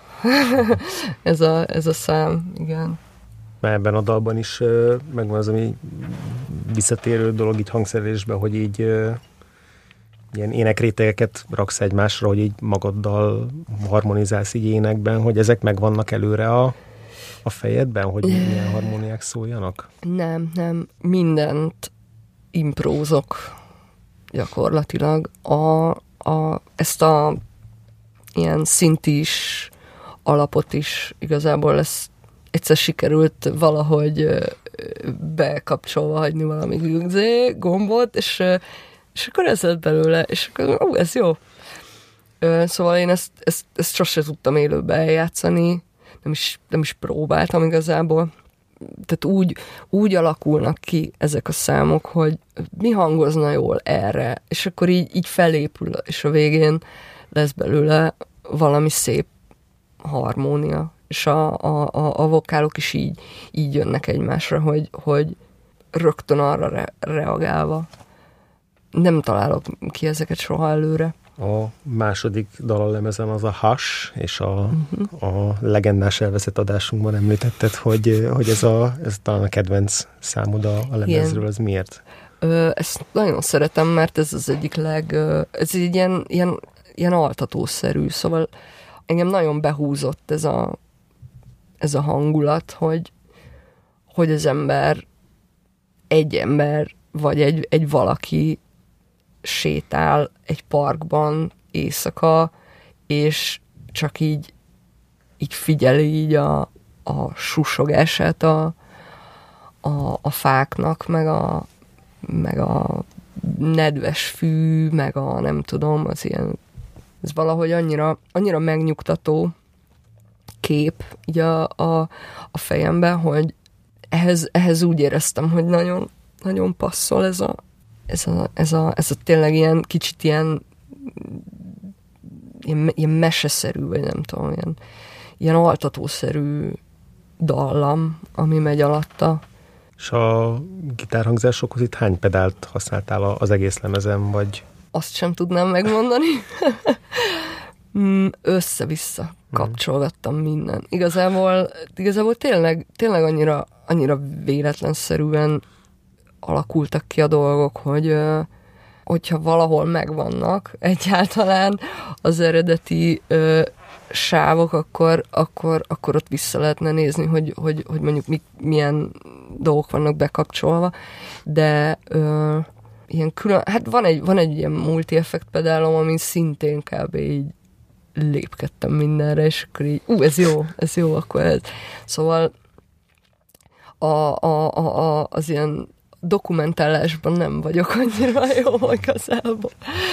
ez, a, ez a szám, igen.
Mert ebben a dalban is uh, megvan az, ami visszatérő dolog így hangszerelésben, hogy így uh, ilyen énekrétegeket raksz egymásra, hogy így magaddal harmonizálsz így énekben, hogy ezek megvannak előre a, a fejedben, hogy milyen harmóniák szóljanak?
Nem, nem. Mindent imprózok gyakorlatilag. A, a, ezt a ilyen szintis alapot is igazából ezt egyszer sikerült valahogy bekapcsolva hagyni valami gombot, és, és akkor ez lett belőle, és akkor ó, ez jó. Szóval én ezt, ezt, ezt sosem tudtam élőben eljátszani, nem is, nem is próbáltam igazából. Tehát úgy, úgy alakulnak ki ezek a számok, hogy mi hangozna jól erre, és akkor így, így felépül, és a végén lesz belőle valami szép harmónia. És a, a, a, a vokálok is így, így jönnek egymásra, hogy, hogy rögtön arra re, reagálva. Nem találok ki ezeket soha előre.
A második dal a lemezen az a Hush, és a, uh-huh. a legendás elveszett adásunkban említetted, hogy, hogy ez, a, ez talán a kedvenc számod a, a lemezről, az miért?
Ö, ezt nagyon szeretem, mert ez az egyik leg... Ö, ez egy ilyen, ilyen, ilyen altatószerű, szóval engem nagyon behúzott ez a, ez a hangulat, hogy, hogy az ember, egy ember, vagy egy, egy valaki sétál egy parkban éjszaka, és csak így, így figyeli így a, a susogását a, a, a fáknak, meg a, meg a nedves fű, meg a nem tudom, az ilyen, ez valahogy annyira, annyira megnyugtató kép így a, a, a fejemben, hogy ehhez, ehhez úgy éreztem, hogy nagyon, nagyon passzol ez a, ez a, ez a, ez a tényleg ilyen kicsit ilyen, ilyen, ilyen meseszerű, vagy nem tudom, ilyen, ilyen altatószerű dallam, ami megy alatta.
És a gitárhangzásokhoz itt hány pedált használtál az egész lemezen, vagy?
Azt sem tudnám megmondani. Össze-vissza kapcsolgattam minden. Igazából, igazából tényleg, tényleg annyira, annyira véletlenszerűen alakultak ki a dolgok, hogy hogyha valahol megvannak egyáltalán az eredeti ö, sávok, akkor, akkor, akkor ott vissza lehetne nézni, hogy, hogy, hogy mondjuk mi, milyen dolgok vannak bekapcsolva, de ö, ilyen külön, hát van egy, van egy ilyen multi-effekt pedálom, amin szintén kb. Így lépkedtem mindenre, és akkor így, ú, ez jó, ez jó, akkor ez. Szóval a, a, a, a, az ilyen dokumentálásban nem vagyok annyira jó igazából.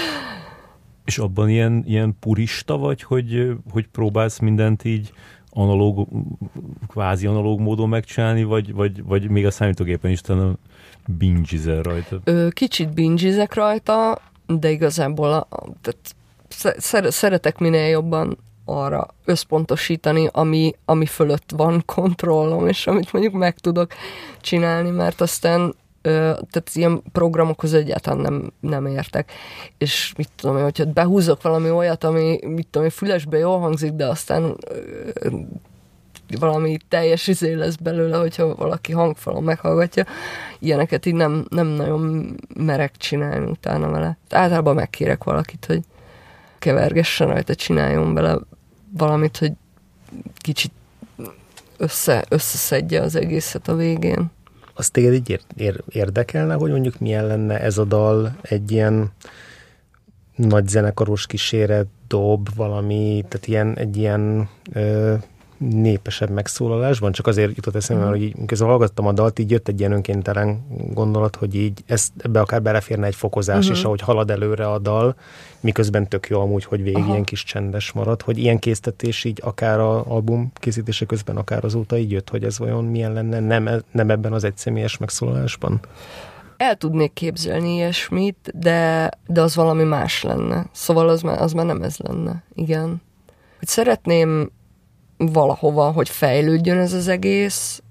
És abban ilyen, ilyen purista vagy, hogy, hogy próbálsz mindent így analóg, kvázi analóg módon megcsinálni, vagy, vagy, vagy még a számítógépen is talán bingizel rajta?
Ö, kicsit bingizek rajta, de igazából a, tehát szeretek minél jobban arra összpontosítani, ami, ami fölött van kontrollom, és amit mondjuk meg tudok csinálni, mert aztán Ö, tehát ilyen programokhoz egyáltalán nem, nem értek. És mit tudom én, hogyha behúzok valami olyat, ami mit tudom én, fülesbe jól hangzik, de aztán ö, valami teljes izé lesz belőle, hogyha valaki hangfalon meghallgatja. Ilyeneket így nem, nem nagyon merek csinálni utána vele. Általában megkérek valakit, hogy kevergessen rajta, csináljon bele valamit, hogy kicsit össze, összeszedje az egészet a végén.
Az téged így ér, ér, érdekelne, hogy mondjuk milyen lenne ez a dal egy ilyen nagy zenekaros kíséret, dob, valami, tehát ilyen, egy ilyen ö, népesebb megszólalásban, csak azért jutott eszembe, mm. hogy így, miközben hallgattam a dalt, így jött egy ilyen önkéntelen gondolat, hogy így ez, ebbe akár beleférne egy fokozás, mm-hmm. és ahogy halad előre a dal, miközben tök jó amúgy, hogy végig Aha. ilyen kis csendes marad, hogy ilyen késztetés így akár az album készítése közben, akár azóta így jött, hogy ez olyan milyen lenne, nem, nem ebben az egyszemélyes megszólalásban?
El tudnék képzelni ilyesmit, de, de az valami más lenne. Szóval az már, az már nem ez lenne. Igen. Hogy szeretném valahova, hogy fejlődjön ez az egész,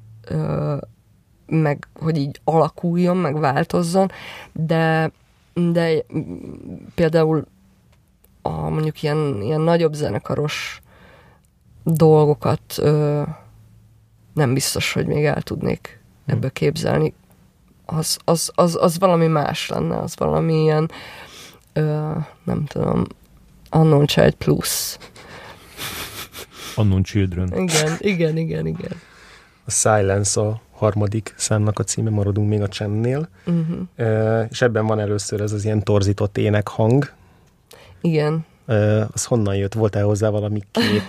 meg hogy így alakuljon, meg változzon, de, de például a mondjuk ilyen, ilyen nagyobb zenekaros dolgokat ö, nem biztos, hogy még el tudnék ebből képzelni. Az, az, az, az valami más lenne, az valami ilyen ö, nem tudom, Unknown Child Plus.
Unknown Children.
Igen, igen, igen, igen.
A Silence a harmadik számnak a címe, maradunk még a csendnél, uh-huh. e, és ebben van először ez az ilyen torzított énekhang.
Igen.
E, az honnan jött? Volt-e hozzá valami kép?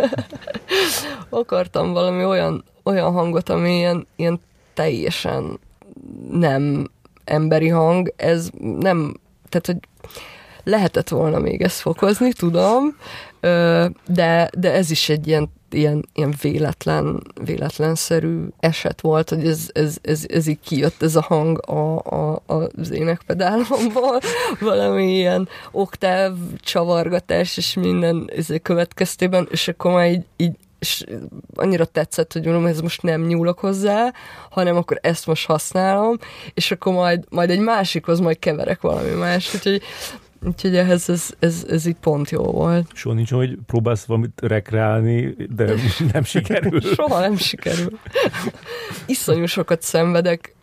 Akartam valami olyan, olyan hangot, ami ilyen, ilyen teljesen nem emberi hang. Ez nem, tehát, hogy lehetett volna még ezt fokozni, tudom, de, de ez is egy ilyen, ilyen, ilyen véletlen, véletlenszerű eset volt, hogy ez, ez, ez, ez így kijött, ez a hang a, a, az énekpedálomból, valami ilyen oktáv csavargatás és minden következtében, és akkor már így, így és annyira tetszett, hogy mondom, ez most nem nyúlok hozzá, hanem akkor ezt most használom, és akkor majd, majd egy másikhoz majd keverek valami más, úgyhogy Úgyhogy ehhez ez, ez, ez így pont jó volt.
Soha nincs, hogy próbálsz valamit rekreálni, de nem sikerül.
Soha nem sikerül. Iszonyú sokat szenvedek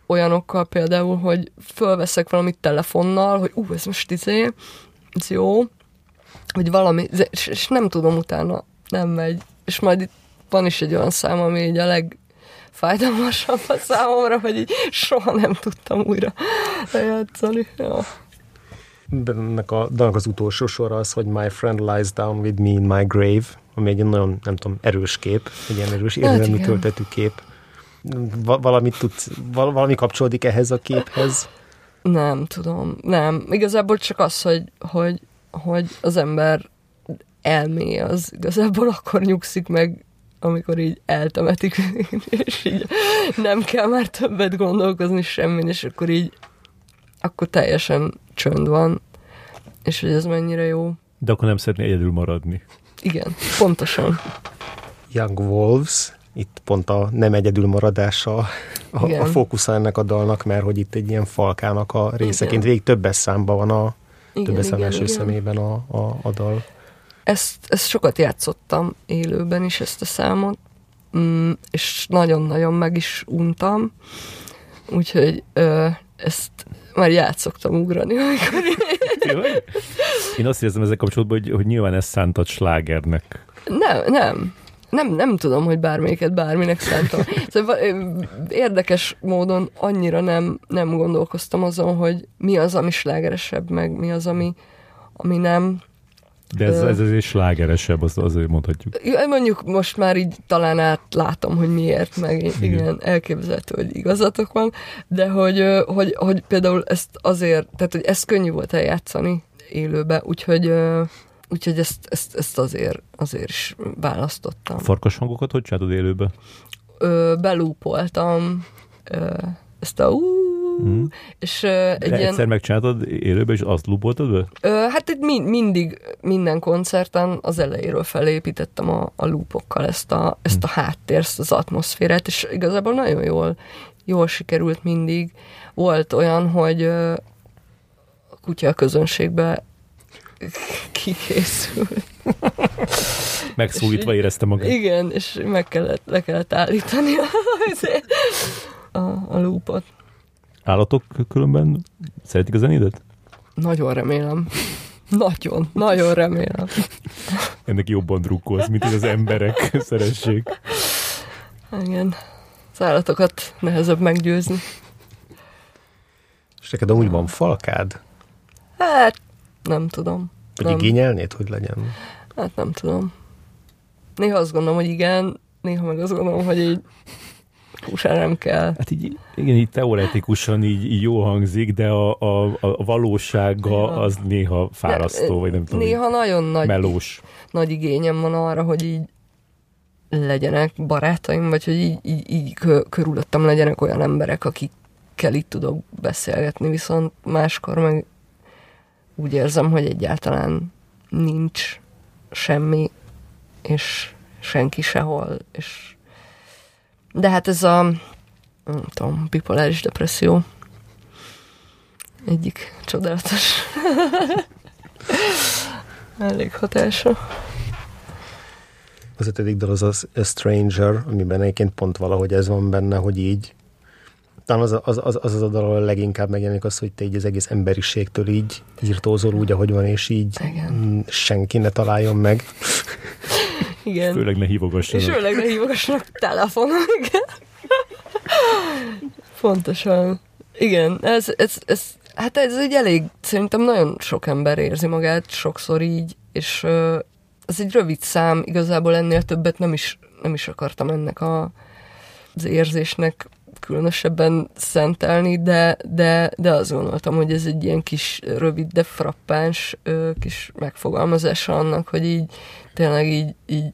olyanokkal például, hogy fölveszek valamit telefonnal, hogy ú, ez most izé, ez jó, hogy valami, és, és nem tudom utána, nem megy. És majd itt van is egy olyan szám, ami így a legfájdalmasabb a számomra, hogy így soha nem tudtam újra lejátszani. Ja.
Ennek a dalnak az utolsó sor az, hogy My friend lies down with me in my grave, ami egy nagyon, nem tudom, erős kép, egy ilyen erős érzelmi hát töltetű kép. Va- valamit tudsz, val- valami kapcsolódik ehhez a képhez?
Nem tudom, nem. Igazából csak az, hogy, hogy, hogy az ember elméje, az igazából akkor nyugszik meg, amikor így eltemetik, és így nem kell már többet gondolkozni semmin, és akkor így akkor teljesen csönd van, és hogy ez mennyire jó.
De akkor nem szeretné egyedül maradni.
Igen, pontosan.
Young Wolves, itt pont a nem egyedül maradása a, a fókusza ennek a dalnak, mert hogy itt egy ilyen falkának a részeként igen. Végig többes számban van a igen, többes szám első igen. szemében a, a, a dal.
Ezt, ezt sokat játszottam élőben is, ezt a számot, mm, és nagyon-nagyon meg is untam, úgyhogy ö, ezt már játszottam ugrani, amikor...
Én azt érzem ezzel kapcsolatban, hogy, hogy nyilván ezt szántad slágernek.
Nem, nem. Nem, nem tudom, hogy bármelyiket bárminek szántam. Szóval érdekes módon annyira nem, nem gondolkoztam azon, hogy mi az, ami slágeresebb, meg mi az, ami, ami nem.
De ez, ez azért slágeresebb, azt azért mondhatjuk.
Mondjuk most már így talán átlátom, hogy miért, meg igen, igen elképzelhető, hogy igazatok van, de hogy, hogy, hogy például ezt azért, tehát hogy ezt könnyű volt eljátszani élőbe, úgyhogy, úgyhogy ezt, ezt, ezt azért, azért is választottam.
Farkas hangokat hogy csináltad élőbe?
Belúpoltam ezt a
Hmm.
És, uh, egy
De
ilyen,
egyszer megcsináltad élőbe, és azt lupoltad be?
Uh, hát itt mi, mindig, minden koncerten az elejéről felépítettem a, a loopokkal ezt a, ezt a háttér, ezt az atmoszférát, és igazából nagyon jól, jól sikerült mindig. Volt olyan, hogy uh, a kutya a közönségbe kikészült.
Megszólítva érezte magát.
Igen, és meg kellett, le kellett állítani a, a, a loopot.
Állatok különben szeretik a zenédet?
Nagyon remélem. Nagyon, nagyon remélem.
Ennek jobban drukkolsz, mint az emberek szeressék.
Igen. Az állatokat nehezebb meggyőzni.
És neked amúgy van falkád?
Hát, nem tudom.
Hogy
nem.
igényelnéd, hogy legyen?
Hát nem tudom. Néha azt gondolom, hogy igen, néha meg azt gondolom, hogy így húsán nem kell.
Hát így, igen, így teoretikusan így, így jó hangzik, de a, a, a valósága ja. az néha fárasztó, ne, vagy nem tudom.
Néha nagyon nagy,
melós.
nagy igényem van arra, hogy így legyenek barátaim, vagy hogy így, így, így körülöttem legyenek olyan emberek, akikkel így tudok beszélgetni, viszont máskor meg úgy érzem, hogy egyáltalán nincs semmi, és senki sehol, és de hát ez a nem tudom, bipoláris depresszió egyik csodálatos elég hatása.
Az ötödik dal az a Stranger, amiben egyébként pont valahogy ez van benne, hogy így talán az az, az, az, az a dal, ahol leginkább megjelenik az, hogy te így az egész emberiségtől így írtózol úgy, ahogy van, és így igen. senki ne találjon meg.
Igen.
Főleg ne hívogassanak.
És főleg ne hívogassanak telefonon. Igen. Pontosan. Igen, ez, ez, ez, hát ez egy elég, szerintem nagyon sok ember érzi magát sokszor így, és uh, ez egy rövid szám, igazából ennél többet nem is, nem is akartam ennek a, az érzésnek különösebben szentelni, de, de, de azt gondoltam, hogy ez egy ilyen kis rövid, de frappáns uh, kis megfogalmazása annak, hogy így tényleg így, így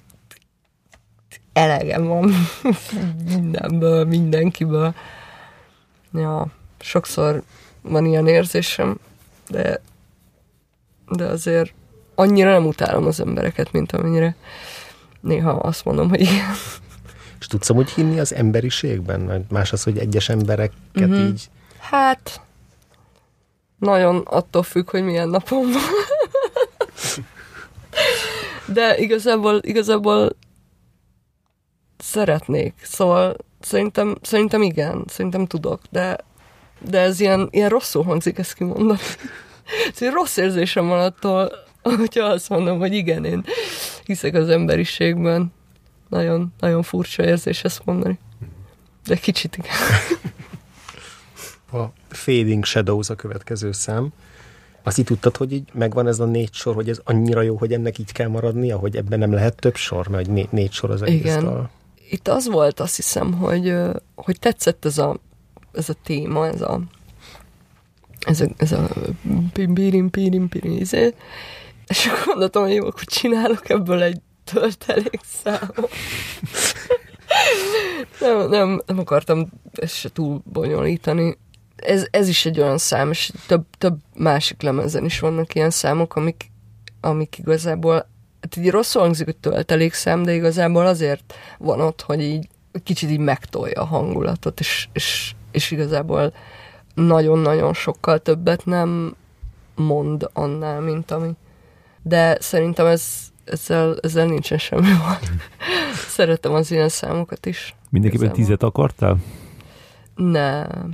elegem van mindenből, mindenkiből. Ja, sokszor van ilyen érzésem, de, de azért annyira nem utálom az embereket, mint amennyire néha azt mondom, hogy igen.
És tudsz amúgy hinni az emberiségben? Más az, hogy egyes embereket mm-hmm. így...
Hát, nagyon attól függ, hogy milyen napom van. De igazából, igazából szeretnék. Szóval szerintem, szerintem igen, szerintem tudok, de, de ez ilyen, ilyen rosszul hangzik ezt kimondani. Ez rossz érzésem van attól, hogyha azt mondom, hogy igen, én hiszek az emberiségben. Nagyon, nagyon furcsa érzés ezt mondani. De kicsit igen.
A Fading Shadows a következő szám. Azt így tudtad, hogy így megvan ez a négy sor, hogy ez annyira jó, hogy ennek így kell maradnia, hogy ebben nem lehet több sor, mert né- négy sor az egész
igen.
dal.
Itt az volt, azt hiszem, hogy, hogy tetszett ez a, ez a téma, ez a ez a, ez a pirim, pirim, pirim, izé. És akkor gondoltam, hogy jó, akkor csinálok ebből egy töltelékszámot. nem, nem, nem akartam ezt se túl bonyolítani. Ez, ez is egy olyan szám, és több, több másik lemezen is vannak ilyen számok, amik, amik igazából, hát így rosszul hangzik, hogy töltelékszám, de igazából azért van ott, hogy így kicsit így megtolja a hangulatot, és, és, és igazából nagyon-nagyon sokkal többet nem mond annál, mint ami. De szerintem ez, ezzel, ezzel nincsen semmi van. Szeretem az ilyen számokat is.
Mindenképpen tízet akartál?
Nem.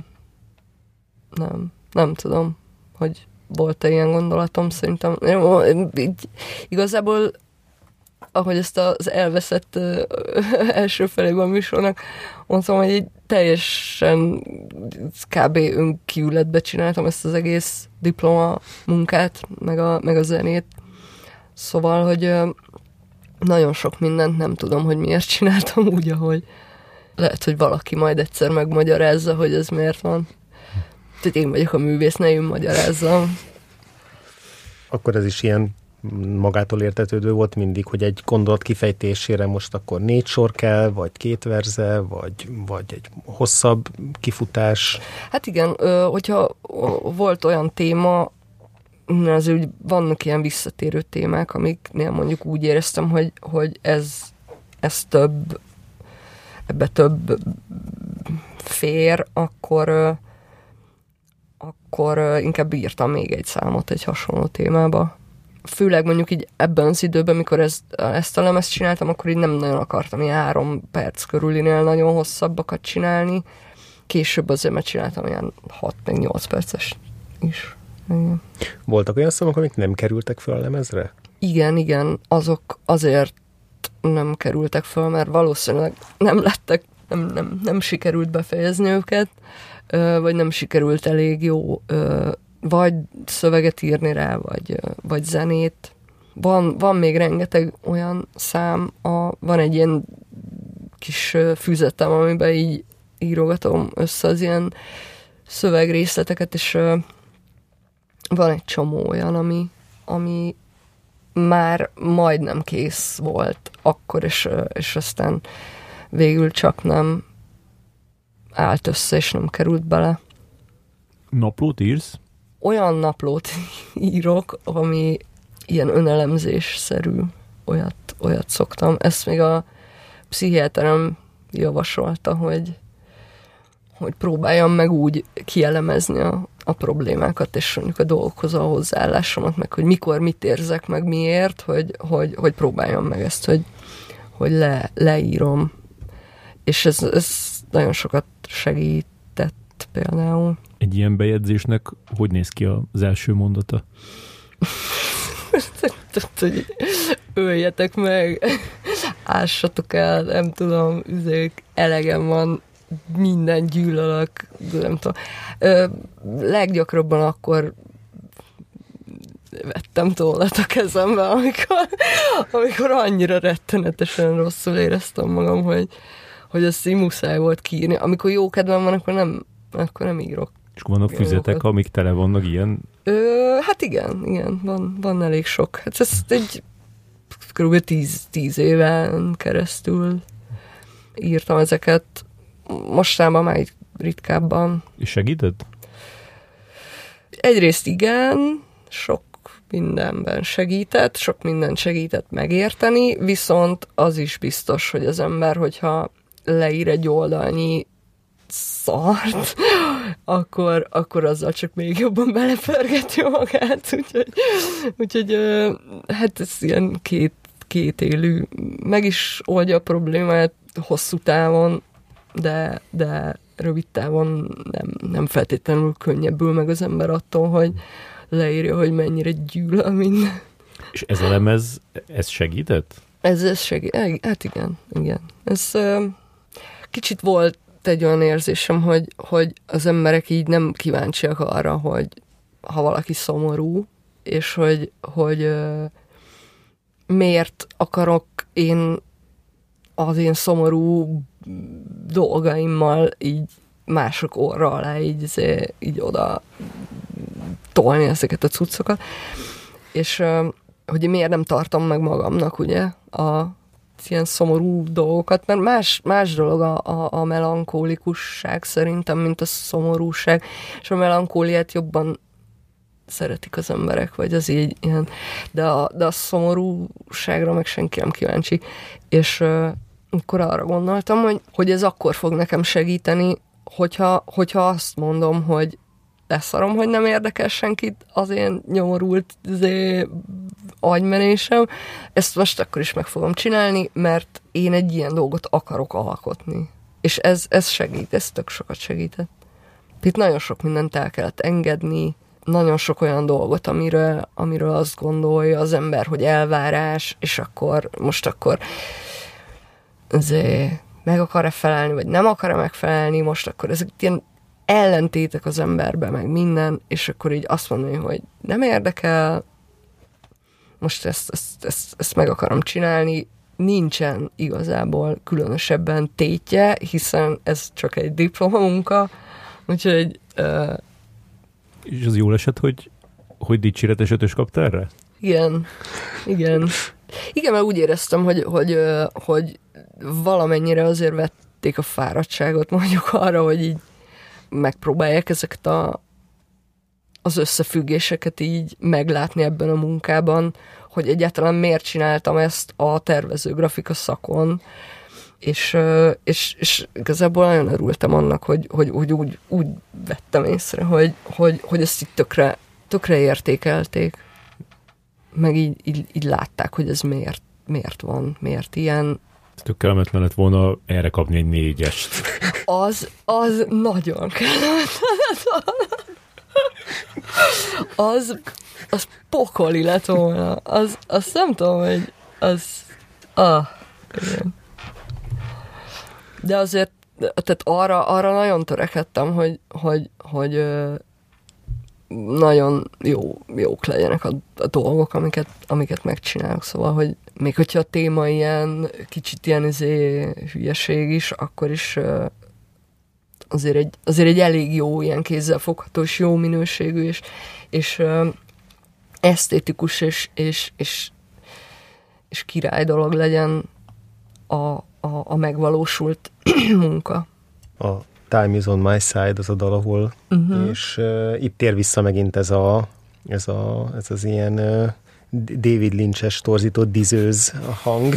Nem. Nem tudom, hogy volt-e ilyen gondolatom, szerintem. Így, igazából, ahogy ezt az elveszett uh, első felében a műsornak mondtam, hogy így teljesen kb. Önkívületbe csináltam ezt az egész diploma munkát, meg a, meg a zenét. Szóval, hogy uh, nagyon sok mindent nem tudom, hogy miért csináltam úgy, ahogy lehet, hogy valaki majd egyszer megmagyarázza, hogy ez miért van. Tehát én vagyok a művész, ne én magyarázzam.
Akkor ez is ilyen magától értetődő volt mindig, hogy egy gondolat kifejtésére most akkor négy sor kell, vagy két verze, vagy, vagy egy hosszabb kifutás.
Hát igen, hogyha volt olyan téma, az úgy vannak ilyen visszatérő témák, amiknél mondjuk úgy éreztem, hogy, hogy ez, ez több, ebbe több fér, akkor akkor inkább írtam még egy számot egy hasonló témába. Főleg mondjuk így ebben az időben, mikor ezt, ezt a lemezt csináltam, akkor így nem nagyon akartam ilyen három perc körülinél nagyon hosszabbakat csinálni. Később azért megcsináltam ilyen hat meg nyolc perces is. Igen.
Voltak olyan számok, amik nem kerültek fel a lemezre?
Igen, igen. Azok azért nem kerültek fel, mert valószínűleg nem lettek, nem, nem, nem sikerült befejezni őket, vagy nem sikerült elég jó vagy szöveget írni rá, vagy, vagy zenét. Van, van még rengeteg olyan szám, a, van egy ilyen kis füzetem, amiben így írogatom össze az ilyen szövegrészleteket, és van egy csomó olyan, ami, ami már majdnem kész volt akkor, és, és aztán végül csak nem állt össze, és nem került bele.
Naplót írsz?
Olyan naplót írok, ami ilyen önelemzésszerű, olyat, olyat szoktam. Ezt még a pszichiáterem javasolta, hogy, hogy próbáljam meg úgy kielemezni a, a problémákat, és mondjuk a dolgokhoz a hozzáállásomat, meg hogy mikor mit érzek, meg miért, hogy, hogy, hogy próbáljam meg ezt, hogy, hogy le, leírom. És ez, ez nagyon sokat segített például.
Egy ilyen bejegyzésnek hogy néz ki az első mondata?
hogy öljetek meg, ássatok el, nem tudom, üzék, elegem van, minden gyűlölök, nem tudom. Ö, leggyakrabban akkor vettem tollat a kezembe, amikor, amikor annyira rettenetesen rosszul éreztem magam, hogy, hogy ezt így muszáj volt kiírni. Amikor jó kedvem van, akkor nem, akkor nem írok.
És vannak füzetek, amik tele vannak ilyen?
Ö, hát igen, igen, van, van elég sok. Hát ezt egy kb. tíz, tíz éven keresztül írtam ezeket. Mostában már egy ritkábban.
És segített?
Egyrészt igen, sok mindenben segített, sok mindent segített megérteni, viszont az is biztos, hogy az ember, hogyha leír egy oldalnyi szart, akkor, akkor azzal csak még jobban belepergeti magát, úgyhogy, úgyhogy hát ez ilyen két, két élő, meg is oldja a problémát hosszú távon, de, de rövid távon nem, nem feltétlenül könnyebbül meg az ember attól, hogy leírja, hogy mennyire gyűlöl minden.
És ez a lemez, ez segített?
Ez, ez segít, hát igen, igen. Ez kicsit volt egy olyan érzésem, hogy, hogy az emberek így nem kíváncsiak arra, hogy ha valaki szomorú, és hogy, hogy miért akarok én az én szomorú dolgaimmal így mások orra alá így, így oda tolni ezeket a cuccokat. És hogy miért nem tartom meg magamnak, ugye, a ilyen szomorú dolgokat, mert más, más dolog a, a, a melankólikusság szerintem, mint a szomorúság, és a melankóliát jobban szeretik az emberek, vagy az így ilyen, de a, de a szomorúságra meg senki nem kíváncsi. És uh, akkor arra gondoltam, hogy, hogy ez akkor fog nekem segíteni, hogyha, hogyha azt mondom, hogy leszarom, hogy nem érdekel senkit az én nyomorult zé, agymenésem. Ezt most akkor is meg fogom csinálni, mert én egy ilyen dolgot akarok alkotni. És ez, ez segít, ez tök sokat segített. Itt nagyon sok mindent el kellett engedni, nagyon sok olyan dolgot, amiről, amiről azt gondolja az ember, hogy elvárás, és akkor most akkor azért meg akar-e felelni, vagy nem akar-e megfelelni, most akkor ezek ilyen ellentétek az emberbe, meg minden, és akkor így azt mondani, hogy nem érdekel, most ezt, ezt, ezt, ezt meg akarom csinálni, nincsen igazából különösebben tétje, hiszen ez csak egy diplomamunka, úgyhogy... Uh,
és az jól esett, hogy, hogy dicséretes ötös kaptál rá?
Igen, igen. Igen, mert úgy éreztem, hogy, hogy, hogy valamennyire azért vették a fáradtságot mondjuk arra, hogy így megpróbálják ezeket a, az összefüggéseket így meglátni ebben a munkában, hogy egyáltalán miért csináltam ezt a tervező grafika szakon, és, és, és igazából nagyon örültem annak, hogy, hogy, hogy úgy, úgy vettem észre, hogy, hogy, hogy ezt így tökre, tökre értékelték, meg így, így, így látták, hogy ez miért, miért van, miért ilyen.
Tök kellemetlen lett volna erre kapni egy négyest.
Az, az nagyon kellemetlen lett volna. Az, az pokoli lett volna. Az, azt nem tudom, hogy az... Ah, igen. De azért, tehát arra, arra nagyon törekedtem, hogy, hogy, hogy nagyon jó, jók legyenek a, a dolgok, amiket, amiket megcsinálok. Szóval, hogy még hogyha a téma ilyen kicsit ilyen izé, hülyeség is, akkor is azért egy, azért egy elég jó, ilyen kézzelfogható és jó minőségű, és, és esztétikus és, és, és, és király dolog legyen a, a, a megvalósult munka.
A Time is on my side az a dal, ahol, uh-huh. és uh, itt tér vissza megint ez a ez, a, ez az ilyen uh, David Lynch-es torzított dizőz a hang.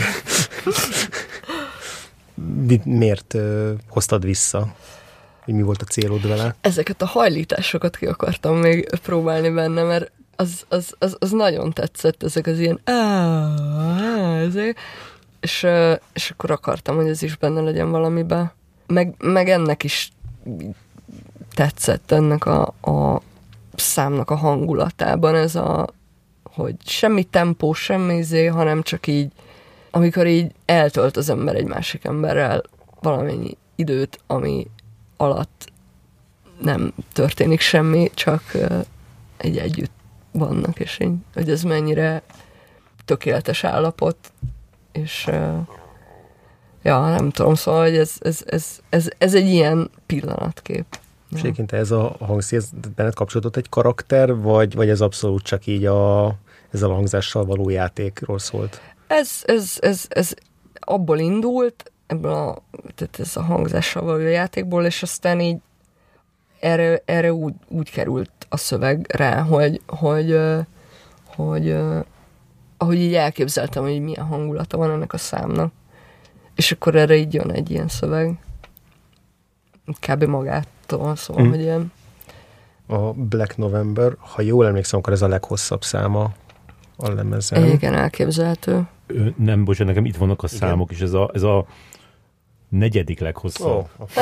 Miért uh, hoztad vissza? Hogy mi volt a célod vele?
Ezeket a hajlításokat ki akartam még próbálni benne, mert az, az, az, az nagyon tetszett, ezek az ilyen ezek. És, és akkor akartam, hogy ez is benne legyen valamiben. Meg, meg ennek is tetszett, ennek a, a számnak a hangulatában ez a, hogy semmi tempó, semmi izé, hanem csak így, amikor így eltölt az ember egy másik emberrel valamennyi időt, ami alatt nem történik semmi, csak uh, egy együtt vannak, és így, hogy ez mennyire tökéletes állapot, és uh, ja, nem tudom, szóval, hogy ez, ez, ez, ez, ez egy ilyen pillanatkép.
És egyébként ez a hangszín, ez benned kapcsolódott egy karakter, vagy, vagy ez abszolút csak így a, ezzel a hangzással való játékról szólt?
Ez, ez, ez, ez abból indult, ebből a, tehát ez a hangzással való játékból, és aztán így erre, erre úgy, úgy került a szöveg rá, hogy, hogy, hogy ahogy így elképzeltem, hogy milyen hangulata van ennek a számnak. És akkor erre így jön egy ilyen szöveg. Kb. Magától, szóval, hmm. hogy ilyen.
A Black November, ha jól emlékszem, akkor ez a leghosszabb száma a lemezen.
Igen, elképzelhető.
Nem, bocsánat, nekem itt vannak a számok, és ez a, ez a negyedik leghosszabb.
Oh, okay.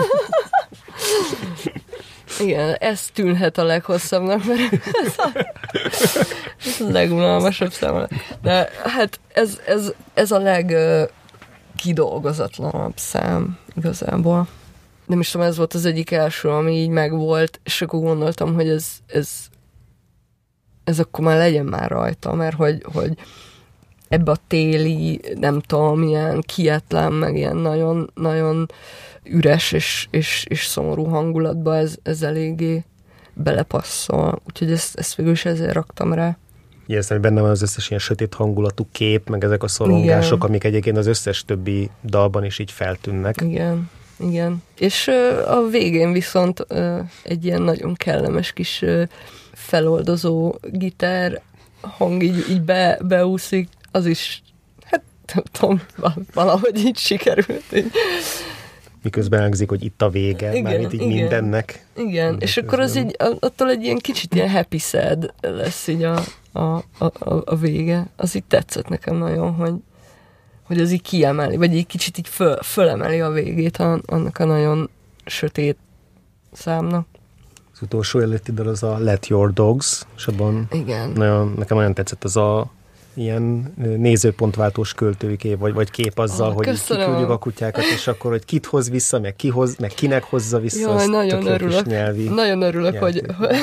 Igen, ez tűnhet a leghosszabbnak, mert ez a, ez a legunalmasabb számomra. De hát ez, ez, ez a legkidolgozatlanabb szám igazából. Nem is tudom, ez volt az egyik első, ami így megvolt, és akkor gondoltam, hogy ez, ez, ez akkor már legyen már rajta, mert hogy, hogy ebbe a téli, nem tudom, ilyen kietlen, meg ilyen nagyon, nagyon üres és, és, és szomorú hangulatba ez, ez eléggé belepasszol. Úgyhogy ezt, ezt végül is ezért raktam rá.
Éreztem, hogy benne van az összes ilyen sötét hangulatú kép, meg ezek a szorongások, igen, amik egyébként az összes többi dalban is így feltűnnek.
Igen, igen. És uh, a végén viszont uh, egy ilyen nagyon kellemes kis uh, feloldozó gitár hang így, így be, beúszik, az is, hát nem tudom, valahogy így sikerült. Így.
Miközben elhangzik, hogy itt a vége,
igen,
mármint így
igen,
mindennek.
Igen, és akkor az így, attól egy ilyen kicsit ilyen happy sad lesz így a, a, a, a vége. Az így tetszett nekem nagyon, hogy, hogy az így kiemeli, vagy egy kicsit így föl, fölemeli a végét a, annak a nagyon sötét számnak.
Az utolsó előtti dal az a Let Your Dogs, és abban
igen.
Nagyon, nekem nagyon tetszett az a ilyen nézőpontváltós költői kép, vagy, vagy kép azzal,
ah,
hogy kiküldjük a kutyákat, és akkor, hogy kit hoz vissza, meg, ki hoz, meg kinek hozza vissza.
Jaj, nagyon örülök. Nyelvi, nagyon örülök, nyelvi. hogy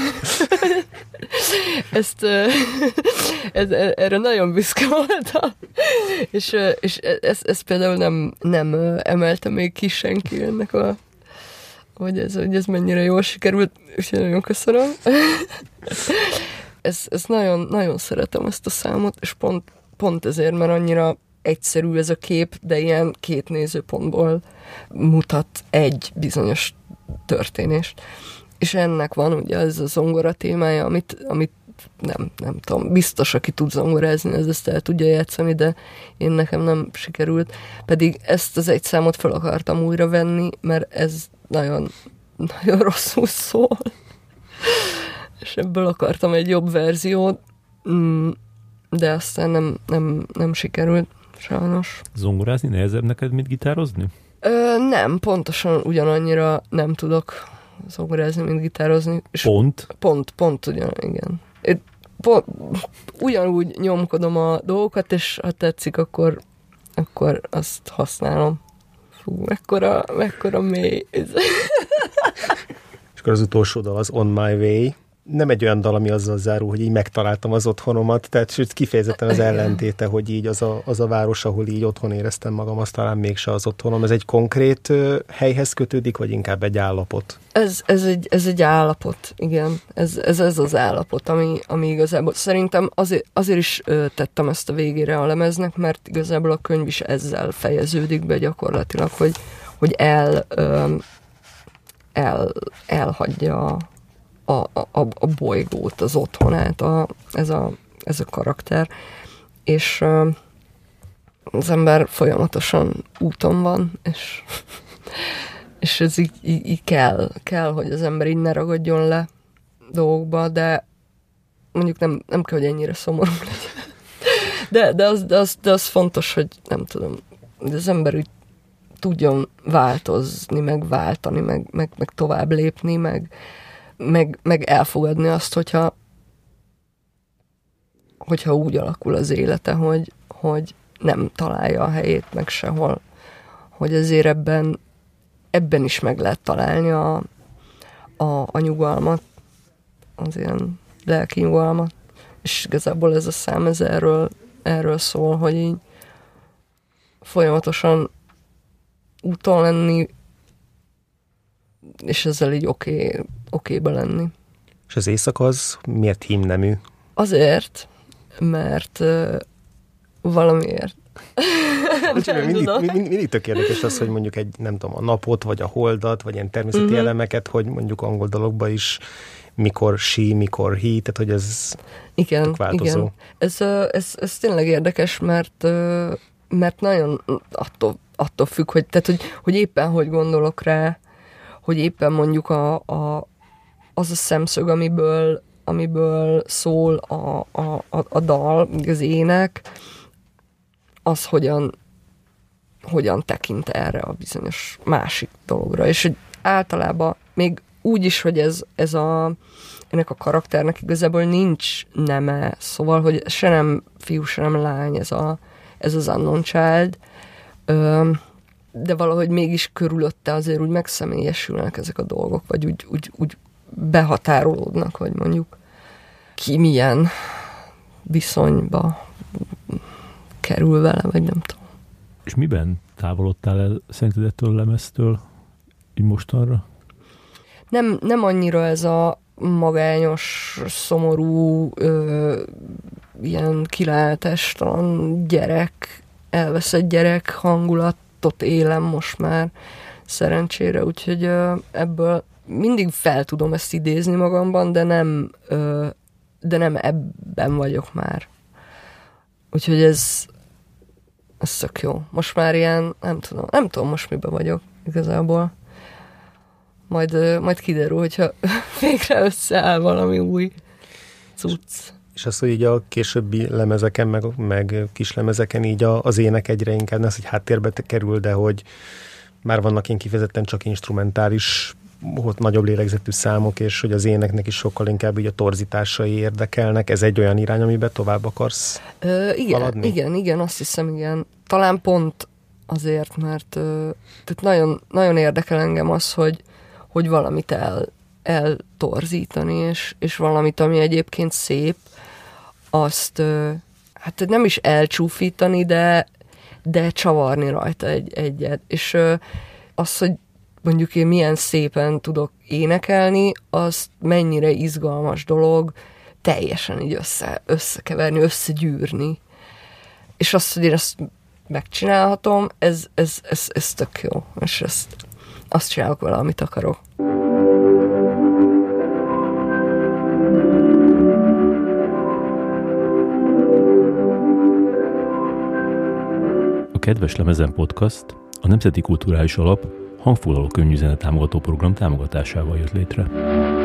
ezt ez, erre nagyon büszke voltam. És, és ezt, ezt például nem, nem emelte még ki senki ennek a hogy ez, hogy ez mennyire jól sikerült, és nagyon köszönöm. Ez, ez nagyon, nagyon szeretem ezt a számot, és pont, pont ezért, mert annyira egyszerű ez a kép, de ilyen két nézőpontból mutat egy bizonyos történést. És ennek van ugye ez a zongora témája, amit, amit nem, nem tudom, biztos, aki tud zongorázni, ez ezt el tudja játszani, de én nekem nem sikerült. Pedig ezt az egy számot fel akartam újra venni, mert ez nagyon, nagyon rosszul szól. És ebből akartam egy jobb verziót, de aztán nem, nem, nem sikerült, sajnos.
Zongorázni nehezebb neked, mint gitározni?
Ö, nem, pontosan ugyanannyira nem tudok zongorázni, mint gitározni. És
pont?
Pont, pont ugyan, igen. Én pont, ugyanúgy nyomkodom a dolgokat, és ha tetszik, akkor, akkor azt használom. Fú, mekkora, mekkora mély.
És akkor az utolsó dal az On My Way. Nem egy olyan dal, ami azzal zárul, hogy így megtaláltam az otthonomat, tehát sőt kifejezetten az ellentéte, hogy így az a, az a város, ahol így otthon éreztem magam, az talán mégse az otthonom. Ez egy konkrét uh, helyhez kötődik, vagy inkább egy állapot?
Ez, ez, egy, ez egy állapot, igen. Ez, ez, ez az állapot, ami, ami igazából szerintem azért, azért is ö, tettem ezt a végére a lemeznek, mert igazából a könyv is ezzel fejeződik be gyakorlatilag, hogy, hogy el, ö, el elhagyja A, a, a bolygót, az otthonát, a, ez, a, ez a karakter. És uh, az ember folyamatosan úton van, és, és ez így, így, így kell, kell, hogy az ember így ne ragadjon le dolgokba, de mondjuk nem, nem kell, hogy ennyire szomorú legyen. De, de, az, de, az, de az fontos, hogy nem tudom, hogy az ember úgy tudjon változni, meg váltani, meg, meg, meg tovább lépni, meg Meg, meg elfogadni azt, hogyha, hogyha úgy alakul az élete, hogy, hogy nem találja a helyét meg sehol. Hogy azért ebben, ebben is meg lehet találni a, a, a nyugalmat, az ilyen lelki nyugalmat. És igazából ez a szám, ez erről, erről szól, hogy így folyamatosan úton lenni, és ezzel így oké, okay, okébe lenni.
És az éjszaka az miért hímnemű?
Azért, mert uh, valamiért.
nem mindig, mindig, mindig tök érdekes az, hogy mondjuk egy, nem tudom, a napot, vagy a holdat, vagy ilyen természeti uh-huh. elemeket, hogy mondjuk angol dalokban is mikor sí, mikor hí, tehát hogy ez
igen,
változó.
Igen. Ez, ez, ez tényleg érdekes, mert, mert nagyon attól, attól függ, hogy, tehát, hogy, hogy éppen hogy gondolok rá, hogy éppen mondjuk a, a, az a szemszög, amiből, amiből szól a, a, a, a dal, az ének, az hogyan, hogyan tekint erre a bizonyos másik dologra. És hogy általában még úgy is, hogy ez, ez a, ennek a karakternek igazából nincs neme, szóval, hogy se nem fiú, se nem lány ez, a, ez az unknown child, Ö, de valahogy mégis körülötte azért úgy megszemélyesülnek ezek a dolgok, vagy úgy, úgy, úgy behatárolódnak, vagy mondjuk ki milyen viszonyba kerül vele, vagy nem tudom.
És miben távolodtál el szerinted ettől a lemeztől így mostanra?
Nem, nem annyira ez a magányos, szomorú, ö, ilyen kilátástalan gyerek, elveszett gyerek hangulatot élem most már szerencsére, úgyhogy ö, ebből mindig fel tudom ezt idézni magamban, de nem, ö, de nem ebben vagyok már. Úgyhogy ez, ez tök jó. Most már ilyen, nem tudom, nem tudom most miben vagyok igazából. Majd, majd kiderül, hogyha végre összeáll valami új cucc.
És az, hogy így a későbbi lemezeken, meg, meg kis lemezeken így a, az ének egyre inkább az, hogy háttérbe kerül, de hogy már vannak ilyen kifejezetten csak instrumentális, ott nagyobb lélegzetű számok, és hogy az éneknek is sokkal inkább így a torzításai érdekelnek. Ez egy olyan irány, amiben tovább akarsz
Ö, igen,
haladni?
Igen, igen, azt hiszem, igen. Talán pont azért, mert ö, tehát nagyon, nagyon érdekel engem az, hogy, hogy valamit el, eltorzítani, és, és valamit, ami egyébként szép, azt ö, hát nem is elcsúfítani, de, de csavarni rajta egy, egyet. És ö, az, hogy mondjuk én milyen szépen tudok énekelni, az mennyire izgalmas dolog teljesen így össze, összekeverni, összegyűrni. És azt, hogy én ezt megcsinálhatom, ez, ez, ez, ez tök jó. És ezt, azt csinálok vele, amit akarok.
A Kedves Lemezen Podcast a Nemzeti Kulturális Alap hangfoglaló könyvüzene támogató program támogatásával jött létre.